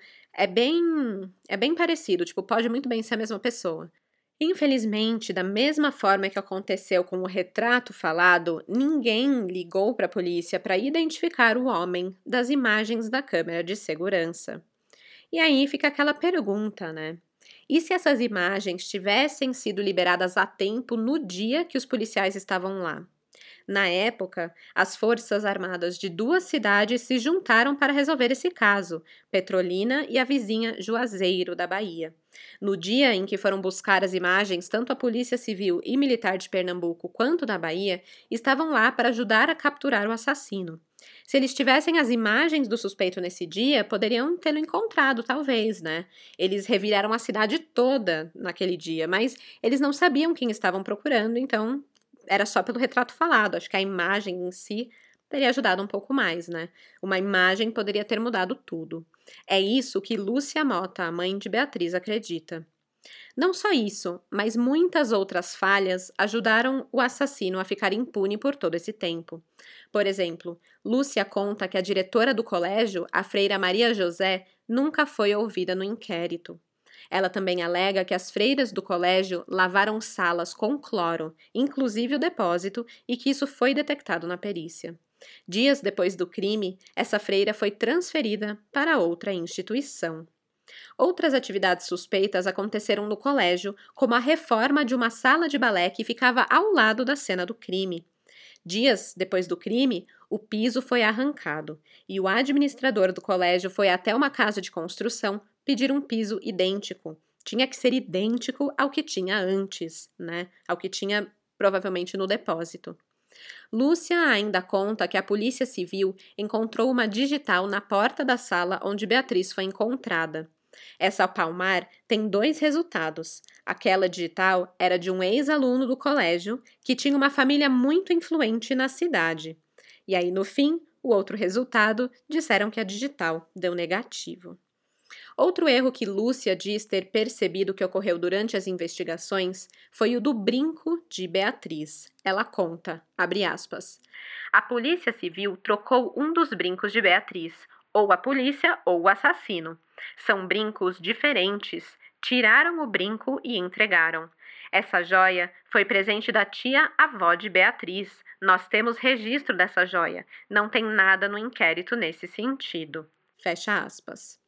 é bem parecido, tipo, pode muito bem ser a mesma pessoa. Infelizmente, da mesma forma que aconteceu com o retrato falado, ninguém ligou para a polícia para identificar o homem das imagens da câmera de segurança. E aí fica aquela pergunta, né? E se essas imagens tivessem sido liberadas a tempo no dia que os policiais estavam lá? Na época, as forças armadas de duas cidades se juntaram para resolver esse caso, Petrolina e a vizinha Juazeiro, da Bahia. No dia em que foram buscar as imagens, tanto a Polícia Civil e Militar de Pernambuco quanto da Bahia estavam lá para ajudar a capturar o assassino. Se eles tivessem as imagens do suspeito nesse dia, poderiam tê-lo encontrado, talvez, né? Eles reviraram a cidade toda naquele dia, mas eles não sabiam quem estavam procurando, então era só pelo retrato falado. Acho que a imagem em si teria ajudado um pouco mais, né? Uma imagem poderia ter mudado tudo. É isso que Lúcia Mota, a mãe de Beatriz, acredita. Não só isso, mas muitas outras falhas ajudaram o assassino a ficar impune por todo esse tempo. Por exemplo, Lúcia conta que a diretora do colégio, a freira Maria José, nunca foi ouvida no inquérito. Ela também alega que as freiras do colégio lavaram salas com cloro, inclusive o depósito, e que isso foi detectado na perícia. Dias depois do crime, essa freira foi transferida para outra instituição. Outras atividades suspeitas aconteceram no colégio, como a reforma de uma sala de balé que ficava ao lado da cena do crime. Dias depois do crime, o piso foi arrancado e o administrador do colégio foi até uma casa de construção pedir um piso idêntico. Tinha que ser idêntico ao que tinha antes, né? Ao que tinha provavelmente no depósito. Lúcia ainda conta que a Polícia Civil encontrou uma digital na porta da sala onde Beatriz foi encontrada. Essa palmar tem 2 resultados. Aquela digital era de um ex-aluno do colégio que tinha uma família muito influente na cidade. E aí, no fim, o outro resultado disseram que a digital deu negativo. Outro erro que Lúcia diz ter percebido que ocorreu durante as investigações foi o do brinco de Beatriz. Ela conta, abre aspas, a Polícia Civil trocou um dos brincos de Beatriz, ou a polícia ou o assassino. São brincos diferentes. Tiraram o brinco e entregaram. Essa joia foi presente da tia-avó de Beatriz. Nós temos registro dessa joia. Não tem nada no inquérito nesse sentido. Fecha aspas.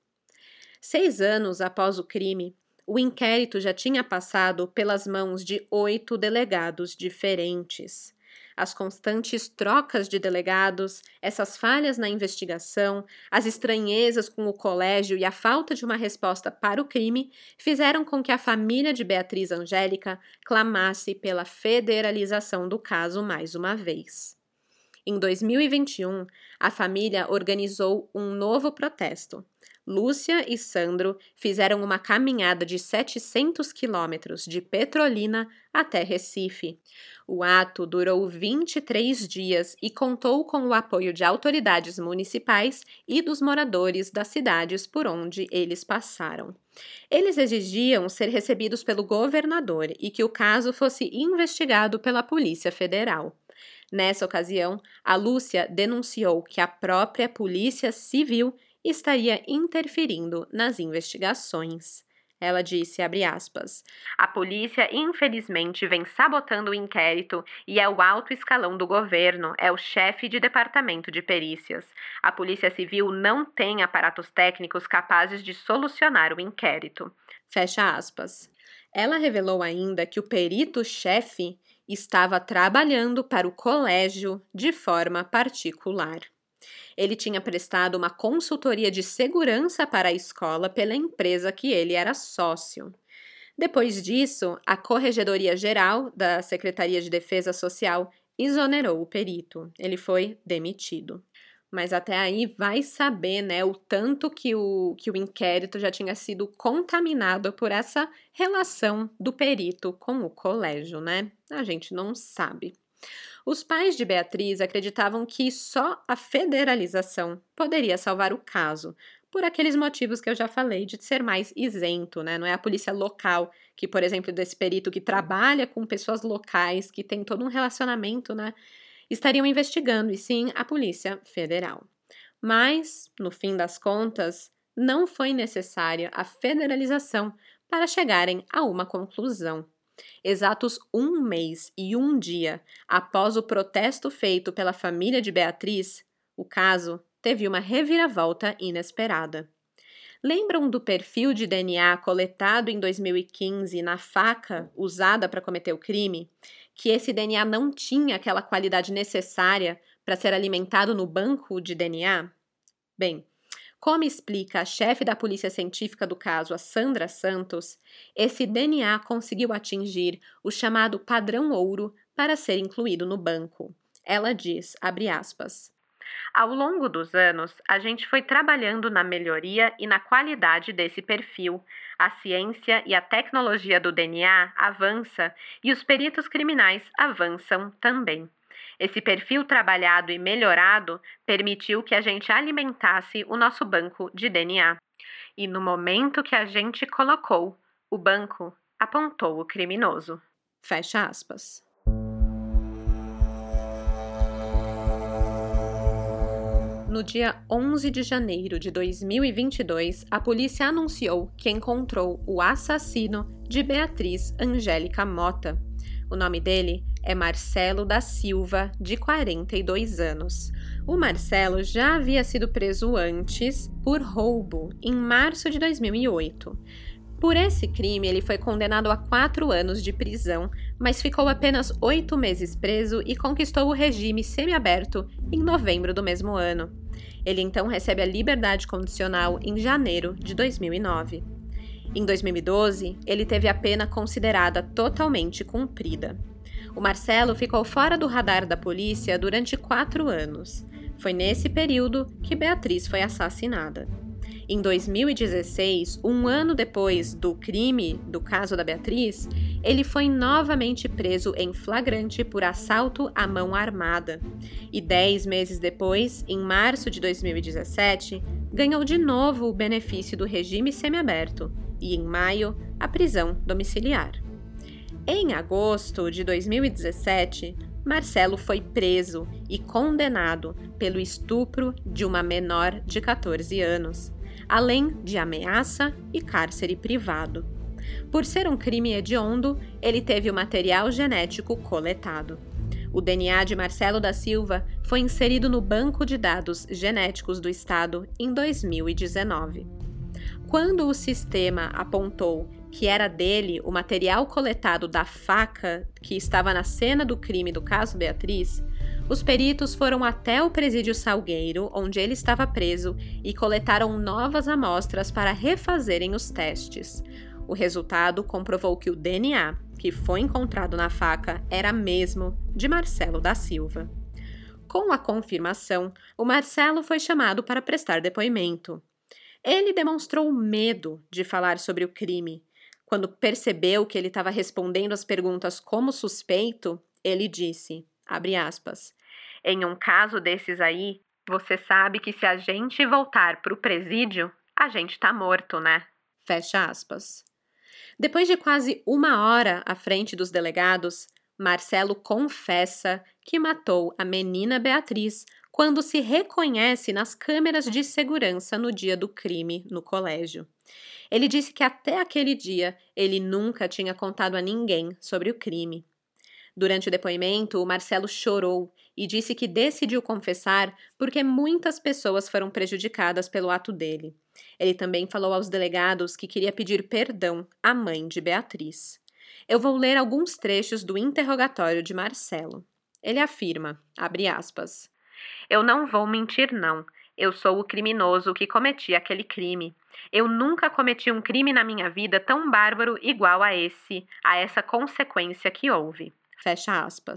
6 anos após o crime, o inquérito já tinha passado pelas mãos de 8 delegados diferentes. As constantes trocas de delegados, essas falhas na investigação, as estranhezas com o colégio e a falta de uma resposta para o crime fizeram com que a família de Beatriz Angélica clamasse pela federalização do caso mais uma vez. Em 2021, a família organizou um novo protesto. Lúcia e Sandro fizeram uma caminhada de 700 quilômetros de Petrolina até Recife. O ato durou 23 dias e contou com o apoio de autoridades municipais e dos moradores das cidades por onde eles passaram. Eles exigiam ser recebidos pelo governador e que o caso fosse investigado pela Polícia Federal. Nessa ocasião, a Lúcia denunciou que a própria Polícia Civil estaria interferindo nas investigações. Ela disse, abre aspas, a polícia infelizmente vem sabotando o inquérito e é o alto escalão do governo, é o chefe de departamento de perícias. A Polícia Civil não tem aparatos técnicos capazes de solucionar o inquérito. Fecha aspas. Ela revelou ainda que o perito-chefe estava trabalhando para o colégio de forma particular. Ele tinha prestado uma consultoria de segurança para a escola pela empresa que ele era sócio. Depois disso, a Corregedoria Geral da Secretaria de Defesa Social exonerou o perito. Ele foi demitido. Mas até aí vai saber, né, o tanto que o inquérito já tinha sido contaminado por essa relação do perito com o colégio, né? A gente não sabe. Os pais de Beatriz acreditavam que só a federalização poderia salvar o caso, por aqueles motivos que eu já falei de ser mais isento, né? Não é a polícia local, que, por exemplo, desse perito que trabalha com pessoas locais, que tem todo um relacionamento, né? Estariam investigando, e sim a Polícia Federal. Mas, no fim das contas, não foi necessária a federalização para chegarem a uma conclusão. Exatos 1 mês e 1 dia após o protesto feito pela família de Beatriz, o caso teve uma reviravolta inesperada. Lembram do perfil de DNA coletado em 2015 na faca usada para cometer o crime? Que esse DNA não tinha aquela qualidade necessária para ser alimentado no banco de DNA? Bem, como explica a chefe da polícia científica do caso, a Sandra Santos, esse DNA conseguiu atingir o chamado padrão ouro para ser incluído no banco. Ela diz, abre aspas, ao longo dos anos, a gente foi trabalhando na melhoria e na qualidade desse perfil. A ciência e a tecnologia do DNA avança e os peritos criminais avançam também. Esse perfil trabalhado e melhorado permitiu que a gente alimentasse o nosso banco de DNA. E no momento que a gente colocou, o banco apontou o criminoso. Fecha aspas. No dia 11 de janeiro de 2022, a polícia anunciou que encontrou o assassino de Beatriz Angélica Mota. O nome dele é Marcelo da Silva, de 42 anos. O Marcelo já havia sido preso antes por roubo, em março de 2008. Por esse crime, ele foi condenado a 4 anos de prisão, mas ficou apenas 8 meses preso e conquistou o regime semiaberto em novembro do mesmo ano. Ele então recebe a liberdade condicional em janeiro de 2009. Em 2012, ele teve a pena considerada totalmente cumprida. O Marcelo ficou fora do radar da polícia durante 4 anos. Foi nesse período que Beatriz foi assassinada. Em 2016, 1 ano depois do crime do caso da Beatriz, ele foi novamente preso em flagrante por assalto à mão armada. E 10 meses depois, em março de 2017, ganhou de novo o benefício do regime semiaberto e, em maio, a prisão domiciliar. Em agosto de 2017, Marcelo foi preso e condenado pelo estupro de uma menor de 14 anos. Além de ameaça e cárcere privado. Por ser um crime hediondo, ele teve o material genético coletado. O DNA de Marcelo da Silva foi inserido no Banco de Dados Genéticos do Estado em 2019. Quando o sistema apontou que era dele o material coletado da faca que estava na cena do crime do caso Beatriz, os peritos foram até o presídio Salgueiro, onde ele estava preso, e coletaram novas amostras para refazerem os testes. O resultado comprovou que o DNA, que foi encontrado na faca, era mesmo de Marcelo da Silva. Com a confirmação, o Marcelo foi chamado para prestar depoimento. Ele demonstrou medo de falar sobre o crime. Quando percebeu que ele estava respondendo as perguntas como suspeito, ele disse, abre aspas, em um caso desses aí, você sabe que se a gente voltar para o presídio, a gente tá morto, né? Fecha aspas. Depois de quase 1 hora à frente dos delegados, Marcelo confessa que matou a menina Beatriz quando se reconhece nas câmeras de segurança no dia do crime no colégio. Ele disse que até aquele dia ele nunca tinha contado a ninguém sobre o crime. Durante o depoimento, o Marcelo chorou e disse que decidiu confessar porque muitas pessoas foram prejudicadas pelo ato dele. Ele também falou aos delegados que queria pedir perdão à mãe de Beatriz. Eu vou ler alguns trechos do interrogatório de Marcelo. Ele afirma, abre aspas, eu não vou mentir não, eu sou o criminoso que cometi aquele crime. Eu nunca cometi um crime na minha vida tão bárbaro igual a essa consequência que houve. Fecha aspas.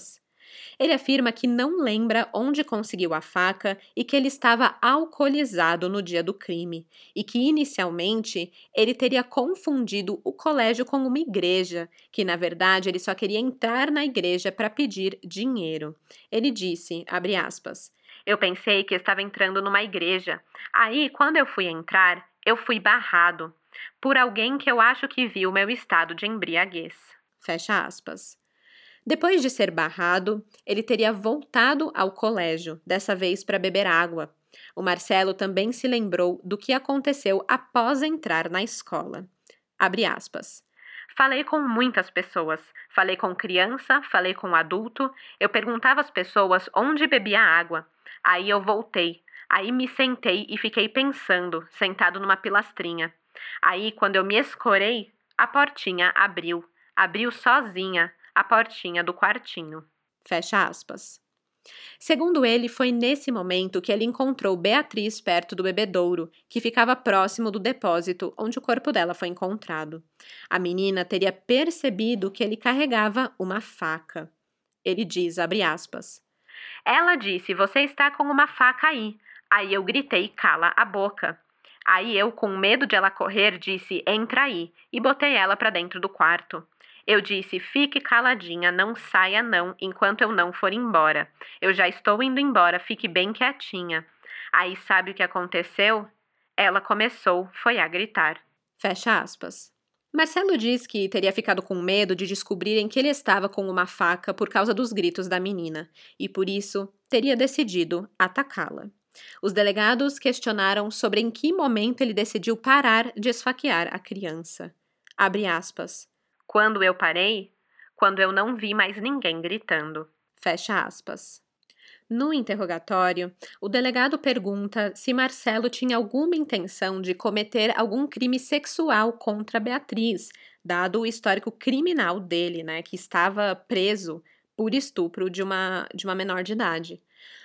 Ele afirma que não lembra onde conseguiu a faca e que ele estava alcoolizado no dia do crime, e que inicialmente ele teria confundido o colégio com uma igreja, que na verdade ele só queria entrar na igreja para pedir dinheiro. Ele disse, abre aspas, eu pensei que estava entrando numa igreja. Aí, quando eu fui entrar, eu fui barrado por alguém que eu acho que viu meu estado de embriaguez. Fecha aspas. Depois de ser barrado, ele teria voltado ao colégio, dessa vez para beber água. O Marcelo também se lembrou do que aconteceu após entrar na escola. Abre aspas. Falei com muitas pessoas. Falei com criança, falei com adulto. Eu perguntava às pessoas onde bebia água. Aí eu voltei. Aí me sentei e fiquei pensando, sentado numa pilastrinha. Aí, quando eu me escorei, a portinha abriu. Abriu sozinha a portinha do quartinho. Fecha aspas. Segundo ele, foi nesse momento que ele encontrou Beatriz perto do bebedouro, que ficava próximo do depósito onde o corpo dela foi encontrado. A menina teria percebido que ele carregava uma faca. Ele diz, abre aspas, ela disse, você está com uma faca aí. Aí eu gritei, cala a boca. Aí eu, com medo de ela correr, disse, entra aí, e botei ela para dentro do quarto. Eu disse, fique caladinha, não saia não, enquanto eu não for embora. Eu já estou indo embora, fique bem quietinha. Aí sabe o que aconteceu? Ela começou, foi a gritar. Fecha aspas. Marcelo diz que teria ficado com medo de descobrirem que ele estava com uma faca por causa dos gritos da menina, e por isso teria decidido atacá-la. Os delegados questionaram sobre em que momento ele decidiu parar de esfaquear a criança. Abre aspas. Quando eu parei, quando eu não vi mais ninguém gritando. Fecha aspas. No interrogatório, o delegado pergunta se Marcelo tinha alguma intenção de cometer algum crime sexual contra Beatriz, dado o histórico criminal dele, que estava preso por estupro de uma menor de idade.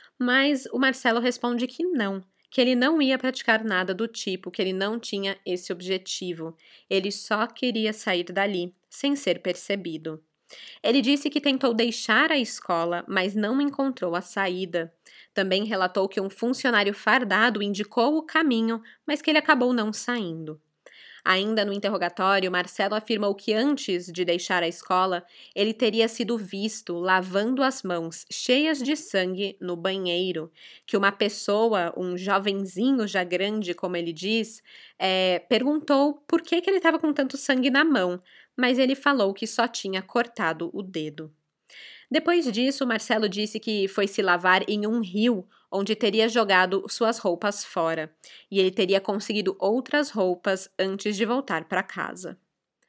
Mas o Marcelo responde que não, que ele não ia praticar nada do tipo, que ele não tinha esse objetivo. Ele só queria sair dali, sem ser percebido. Ele disse que tentou deixar a escola, mas não encontrou a saída. Também relatou que um funcionário fardado indicou o caminho, mas que ele acabou não saindo. Ainda no interrogatório, Marcelo afirmou que antes de deixar a escola, ele teria sido visto lavando as mãos cheias de sangue no banheiro, que uma pessoa, um jovenzinho já grande, como ele diz, perguntou por que ele estava com tanto sangue na mão, mas ele falou que só tinha cortado o dedo. Depois disso, Marcelo disse que foi se lavar em um rio, onde teria jogado suas roupas fora, e ele teria conseguido outras roupas antes de voltar para casa.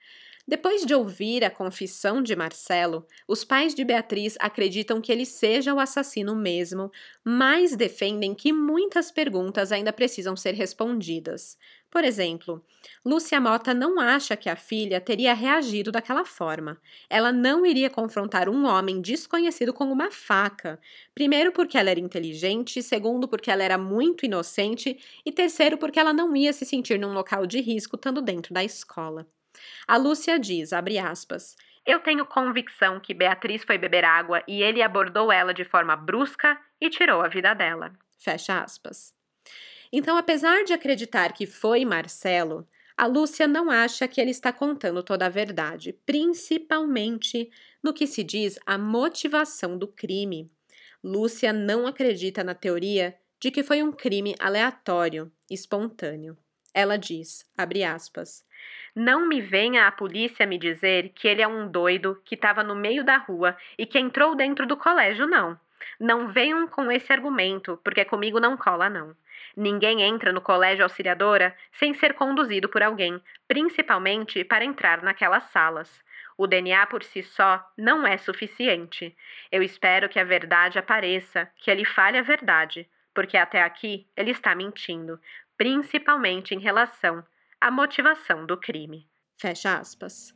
Depois de ouvir a confissão de Marcelo, os pais de Beatriz acreditam que ele seja o assassino mesmo, mas defendem que muitas perguntas ainda precisam ser respondidas. Por exemplo, Lúcia Mota não acha que a filha teria reagido daquela forma. Ela não iria confrontar um homem desconhecido com uma faca. Primeiro, porque ela era inteligente, segundo, porque ela era muito inocente, e terceiro, porque ela não ia se sentir num local de risco estando dentro da escola. A Lúcia diz, abre aspas, eu tenho convicção que Beatriz foi beber água e ele abordou ela de forma brusca e tirou a vida dela. Fecha aspas. Então, apesar de acreditar que foi Marcelo, a Lúcia não acha que ele está contando toda a verdade, principalmente no que se diz a motivação do crime. Lúcia não acredita na teoria de que foi um crime aleatório, espontâneo. Ela diz, abre aspas, não me venha a polícia me dizer que ele é um doido que estava no meio da rua e que entrou dentro do colégio, não. Não venham com esse argumento, porque comigo não cola, não. Ninguém entra no colégio Auxiliadora sem ser conduzido por alguém, principalmente para entrar naquelas salas. O DNA por si só não é suficiente. Eu espero que a verdade apareça, que ele fale a verdade, porque até aqui ele está mentindo, principalmente em relação à motivação do crime. Fecha aspas.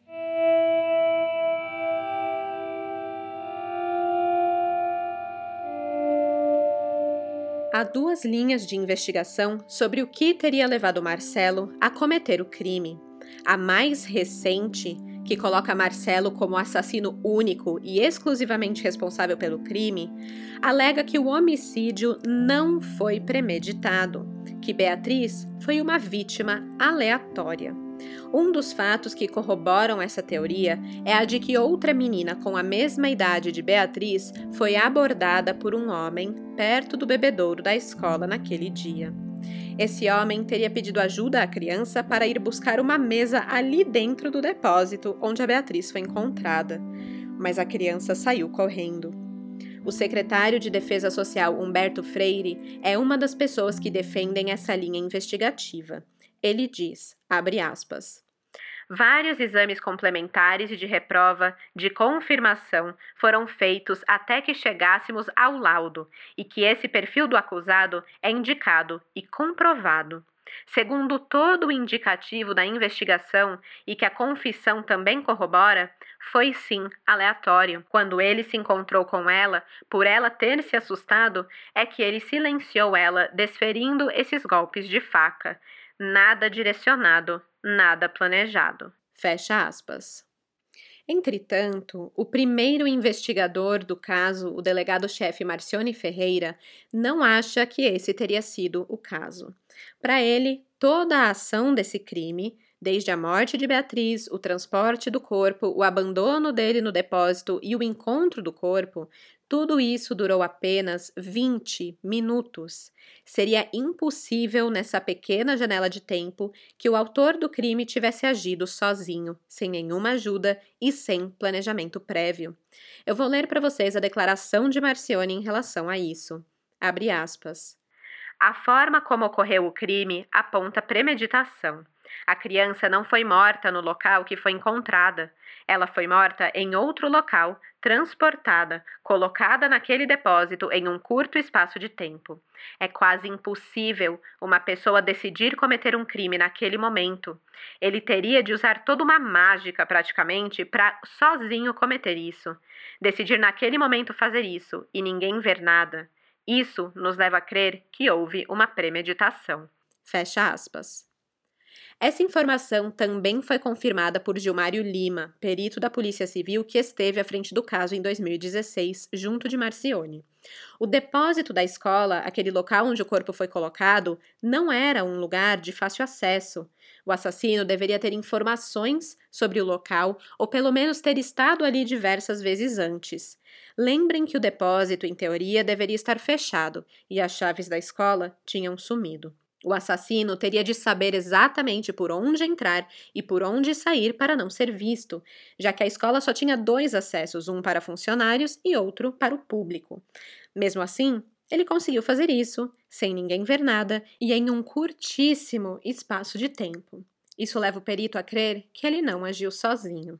Há duas linhas de investigação sobre o que teria levado Marcelo a cometer o crime. A mais recente, que coloca Marcelo como assassino único e exclusivamente responsável pelo crime, alega que o homicídio não foi premeditado, que Beatriz foi uma vítima aleatória. Um dos fatos que corroboram essa teoria é a de que outra menina com a mesma idade de Beatriz foi abordada por um homem perto do bebedouro da escola naquele dia. Esse homem teria pedido ajuda à criança para ir buscar uma mesa ali dentro do depósito onde a Beatriz foi encontrada, mas a criança saiu correndo. O secretário de Defesa Social Humberto Freire é uma das pessoas que defendem essa linha investigativa. Ele diz, abre aspas, vários exames complementares e de reprova, de confirmação, foram feitos até que chegássemos ao laudo e que esse perfil do acusado é indicado e comprovado. Segundo todo o indicativo da investigação e que a confissão também corrobora, foi sim aleatório. Quando ele se encontrou com ela, por ela ter se assustado, é que ele silenciou ela, desferindo esses golpes de faca. Nada direcionado, nada planejado. Fecha aspas. Entretanto, o primeiro investigador do caso, o delegado-chefe Marcione Ferreira, não acha que esse teria sido o caso. Para ele, toda a ação desse crime, desde a morte de Beatriz, o transporte do corpo, o abandono dele no depósito e o encontro do corpo, tudo isso durou apenas 20 minutos. Seria impossível, nessa pequena janela de tempo, que o autor do crime tivesse agido sozinho, sem nenhuma ajuda e sem planejamento prévio. Eu vou ler para vocês a declaração de Marcione em relação a isso. Abre aspas. A forma como ocorreu o crime aponta premeditação. A criança não foi morta no local que foi encontrada. Ela foi morta em outro local, transportada, colocada naquele depósito em um curto espaço de tempo. É quase impossível uma pessoa decidir cometer um crime naquele momento. Ele teria de usar toda uma mágica, praticamente, para sozinho cometer isso. Decidir naquele momento fazer isso e ninguém ver nada. Isso nos leva a crer que houve uma premeditação. Fecha aspas. Essa informação também foi confirmada por Gilmário Lima, perito da Polícia Civil que esteve à frente do caso em 2016, junto de Marcione. O depósito da escola, aquele local onde o corpo foi colocado, não era um lugar de fácil acesso. O assassino deveria ter informações sobre o local ou pelo menos ter estado ali diversas vezes antes. Lembrem que o depósito, em teoria, deveria estar fechado e as chaves da escola tinham sumido. O assassino teria de saber exatamente por onde entrar e por onde sair para não ser visto, já que a escola só tinha 2 acessos, um para funcionários e outro para o público. Mesmo assim, ele conseguiu fazer isso, sem ninguém ver nada e em um curtíssimo espaço de tempo. Isso leva o perito a crer que ele não agiu sozinho.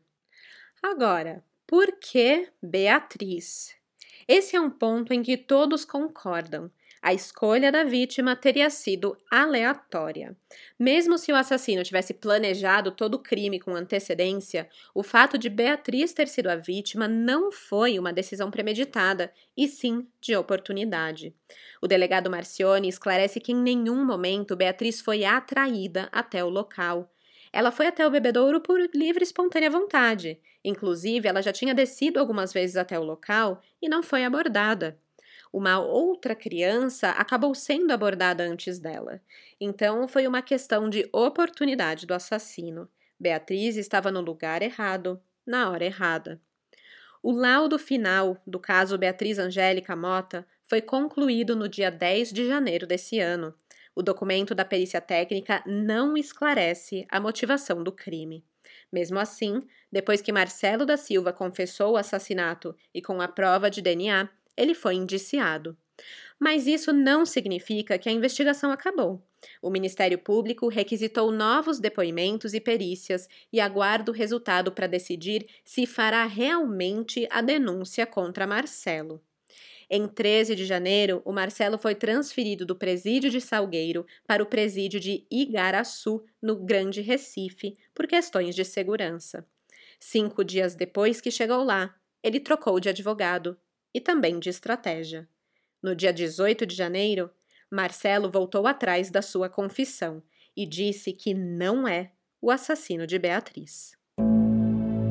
Agora, por que Beatriz? Esse é um ponto em que todos concordam. A escolha da vítima teria sido aleatória. Mesmo se o assassino tivesse planejado todo o crime com antecedência, o fato de Beatriz ter sido a vítima não foi uma decisão premeditada, e sim de oportunidade. O delegado Marcione esclarece que em nenhum momento Beatriz foi atraída até o local. Ela foi até o bebedouro por livre e espontânea vontade. Inclusive, ela já tinha descido algumas vezes até o local e não foi abordada. Uma outra criança acabou sendo abordada antes dela. Então, foi uma questão de oportunidade do assassino. Beatriz estava no lugar errado, na hora errada. O laudo final do caso Beatriz Angélica Mota foi concluído no dia 10 de janeiro desse ano. O documento da perícia técnica não esclarece a motivação do crime. Mesmo assim, depois que Marcelo da Silva confessou o assassinato e com a prova de DNA, ele foi indiciado. Mas isso não significa que a investigação acabou. O Ministério Público requisitou novos depoimentos e perícias e aguarda o resultado para decidir se fará realmente a denúncia contra Marcelo. Em 13 de janeiro, o Marcelo foi transferido do presídio de Salgueiro para o presídio de Igaraçu, no Grande Recife, por questões de segurança. 5 dias depois que chegou lá, ele trocou de advogado e também de estratégia. No dia 18 de janeiro, Marcelo voltou atrás da sua confissão e disse que não é o assassino de Beatriz.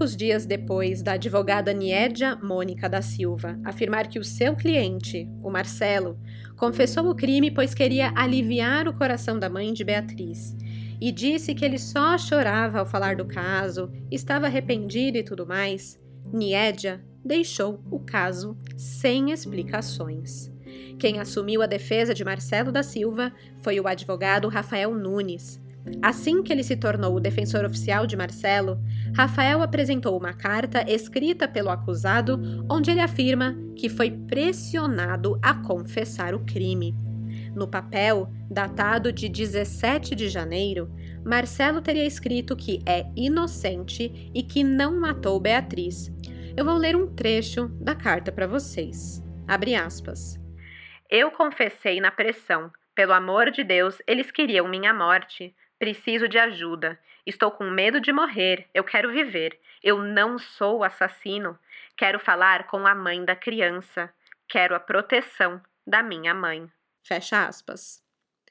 poucos dias depois da advogada Niédia Mônica da Silva afirmar que o seu cliente, o Marcelo, confessou o crime pois queria aliviar o coração da mãe de Beatriz e disse que ele só chorava ao falar do caso, estava arrependido e tudo mais, Niédia deixou o caso sem explicações. Quem assumiu a defesa de Marcelo da Silva foi o advogado Rafael Nunes. Assim que ele se tornou o defensor oficial de Marcelo, Rafael apresentou uma carta escrita pelo acusado, onde ele afirma que foi pressionado a confessar o crime. No papel, datado de 17 de janeiro, Marcelo teria escrito que é inocente e que não matou Beatriz. Eu vou ler um trecho da carta para vocês. Abre aspas. Eu confessei na pressão. Pelo amor de Deus, eles queriam minha morte. Preciso de ajuda. Estou com medo de morrer. Eu quero viver. Eu não sou assassino. Quero falar com a mãe da criança. Quero a proteção da minha mãe. Fecha aspas.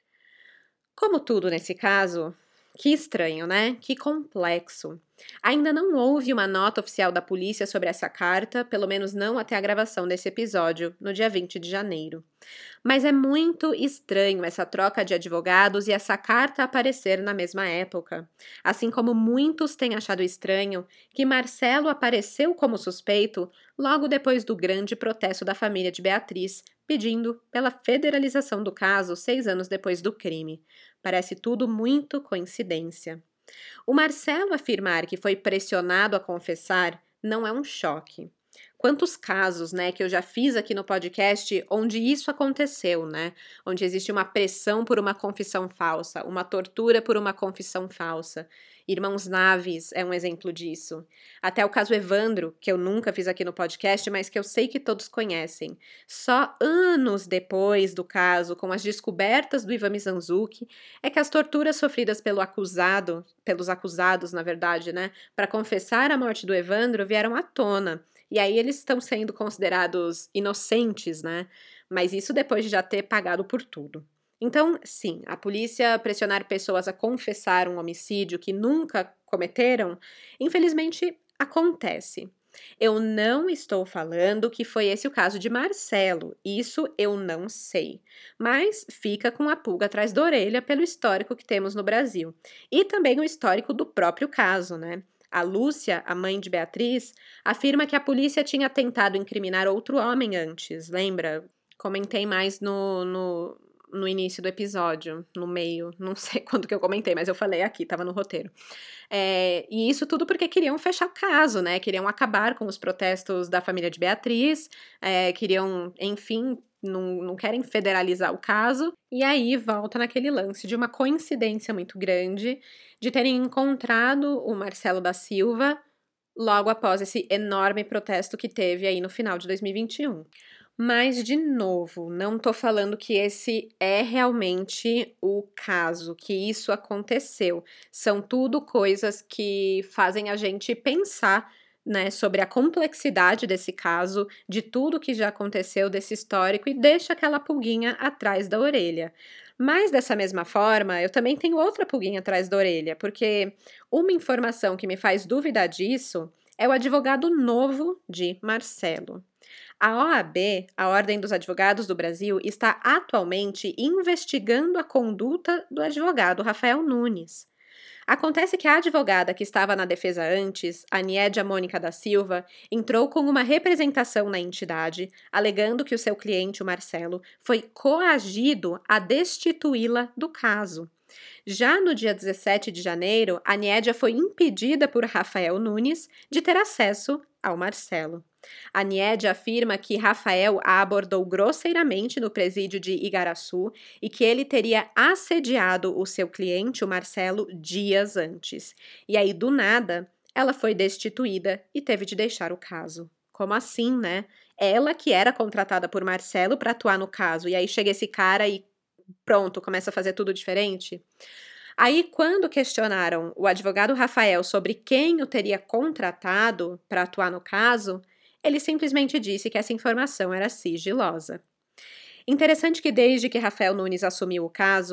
Como tudo nesse caso, que estranho, né? Que complexo. Ainda não houve uma nota oficial da polícia sobre essa carta, pelo menos não até a gravação desse episódio, no dia 20 de janeiro. Mas é muito estranho essa troca de advogados e essa carta aparecer na mesma época. Assim como muitos têm achado estranho que Marcelo apareceu como suspeito logo depois do grande protesto da família de Beatriz, pedindo pela federalização do caso 6 anos depois do crime. Parece tudo muito coincidência. O Marcelo afirmar que foi pressionado a confessar não é um choque. Quantos casos, né, que eu já fiz aqui no podcast onde isso aconteceu, né? Onde existe uma pressão por uma confissão falsa, uma tortura por uma confissão falsa. Irmãos Naves é um exemplo disso. Até o caso Evandro, que eu nunca fiz aqui no podcast, mas que eu sei que todos conhecem. Só anos depois do caso, com as descobertas do Ivan Mizanzuki, é que as torturas sofridas pelos acusados, na verdade, né, para confessar a morte do Evandro vieram à tona. E aí eles estão sendo considerados inocentes, né? Mas isso depois de já ter pagado por tudo. Então, sim, a polícia pressionar pessoas a confessar um homicídio que nunca cometeram, infelizmente acontece. Eu não estou falando que foi esse o caso de Marcelo, isso eu não sei. Mas fica com a pulga atrás da orelha pelo histórico que temos no Brasil. E também o histórico do próprio caso, né? A Lúcia, a mãe de Beatriz, afirma que a polícia tinha tentado incriminar outro homem antes, lembra? Comentei mais no início do episódio, no meio, não sei quando que eu comentei, mas eu falei aqui, tava no roteiro. E isso tudo porque queriam fechar o caso, né? Queriam acabar com os protestos da família de Beatriz, queriam, enfim, não querem federalizar o caso, e aí volta naquele lance de uma coincidência muito grande de terem encontrado o Marcelo da Silva logo após esse enorme protesto que teve aí no final de 2021. Mas, de novo, não tô falando que esse é realmente o caso, que isso aconteceu. São tudo coisas que fazem a gente pensar, né, sobre a complexidade desse caso, de tudo que já aconteceu desse histórico e deixa aquela pulguinha atrás da orelha. Mas dessa mesma forma, eu também tenho outra pulguinha atrás da orelha, porque uma informação que me faz duvidar disso é o advogado novo de Marcelo. A OAB, a Ordem dos Advogados do Brasil, está atualmente investigando a conduta do advogado Rafael Nunes. Acontece que a advogada que estava na defesa antes, a Niédia Mônica da Silva, entrou com uma representação na entidade, alegando que o seu cliente, o Marcelo, foi coagido a destituí-la do caso. Já no dia 17 de janeiro, a Niédia foi impedida por Rafael Nunes de ter acesso ao Marcelo. A Niédia afirma que Rafael a abordou grosseiramente no presídio de Igaraçu e que ele teria assediado o seu cliente, o Marcelo, dias antes. E aí, do nada, ela foi destituída e teve de deixar o caso. Como assim, né? Ela que era contratada por Marcelo para atuar no caso, e aí chega esse cara e pronto, começa a fazer tudo diferente. Aí, quando questionaram o advogado Rafael sobre quem o teria contratado para atuar no caso, ele simplesmente disse que essa informação era sigilosa. Interessante que desde que Rafael Nunes assumiu o caso,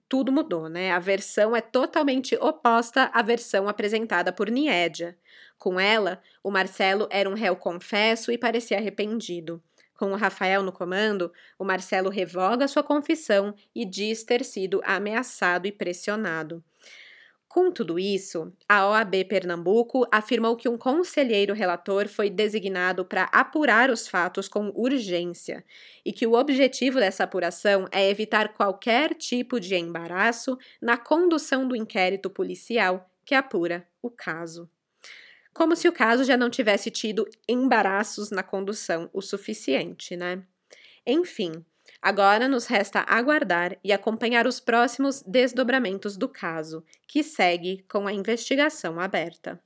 tudo mudou, né? A versão é totalmente oposta à versão apresentada por Niédia. Com ela, o Marcelo era um réu confesso e parecia arrependido. Com o Rafael no comando, o Marcelo revoga sua confissão e diz ter sido ameaçado e pressionado. Com tudo isso, a OAB Pernambuco afirmou que um conselheiro relator foi designado para apurar os fatos com urgência e que o objetivo dessa apuração é evitar qualquer tipo de embaraço na condução do inquérito policial que apura o caso. Como se o caso já não tivesse tido embaraços na condução o suficiente, né? Enfim, agora nos resta aguardar e acompanhar os próximos desdobramentos do caso, que segue com a investigação aberta.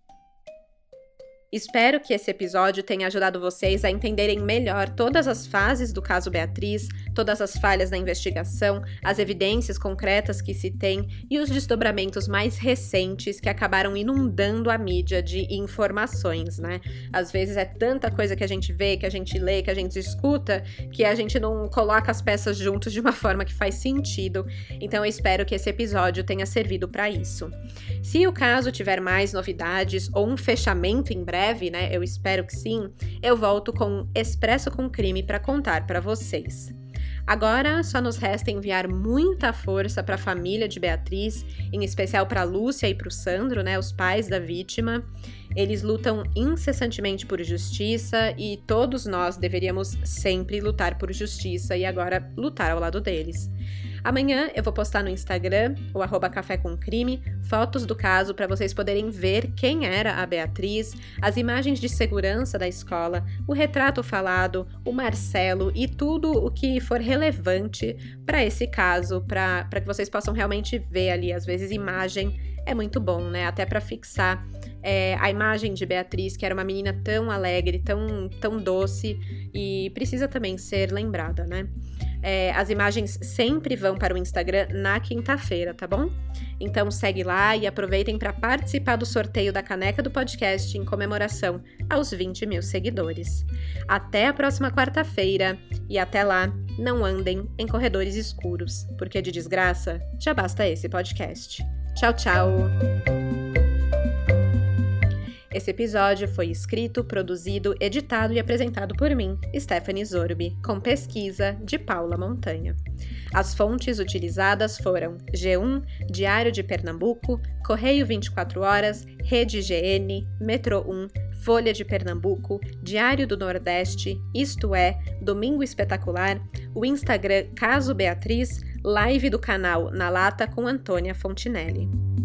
Espero que esse episódio tenha ajudado vocês a entenderem melhor todas as fases do caso Beatriz, todas as falhas na investigação, as evidências concretas que se tem e os desdobramentos mais recentes que acabaram inundando a mídia de informações, né? Às vezes é tanta coisa que a gente vê, que a gente lê, que a gente escuta, que a gente não coloca as peças juntos de uma forma que faz sentido. Então eu espero que esse episódio tenha servido para isso. Se o caso tiver mais novidades ou um fechamento em breve, né, eu espero que sim, eu volto com um Expresso com Crime para contar para vocês. Agora, só nos resta enviar muita força para a família de Beatriz, em especial para a Lúcia e para o Sandro, né, os pais da vítima. Eles lutam incessantemente por justiça e todos nós deveríamos sempre lutar por justiça e agora lutar ao lado deles. Amanhã eu vou postar no Instagram, o @cafécomcrime, fotos do caso para vocês poderem ver quem era a Beatriz, as imagens de segurança da escola, o retrato falado, o Marcelo e tudo o que for relevante para esse caso, para que vocês possam realmente ver ali. Às vezes imagem é muito bom, né? Até para fixar a imagem de Beatriz, que era uma menina tão alegre, tão doce e precisa também ser lembrada, né? As imagens sempre vão para o Instagram na quinta-feira, tá bom? Então segue lá e aproveitem para participar do sorteio da caneca do podcast em comemoração aos 20 mil seguidores. Até a próxima quarta-feira e até lá, não andem em corredores escuros, porque de desgraça já basta esse podcast. Tchau, tchau! Esse episódio foi escrito, produzido, editado e apresentado por mim, Stephanie Zorbi, com pesquisa de Paula Montanha. As fontes utilizadas foram G1, Diário de Pernambuco, Correio 24 Horas, Rede GN, Metro 1, Folha de Pernambuco, Diário do Nordeste, Isto É, Domingo Espetacular, o Instagram Caso Beatriz, live do canal Na Lata com Antônia Fontinelli.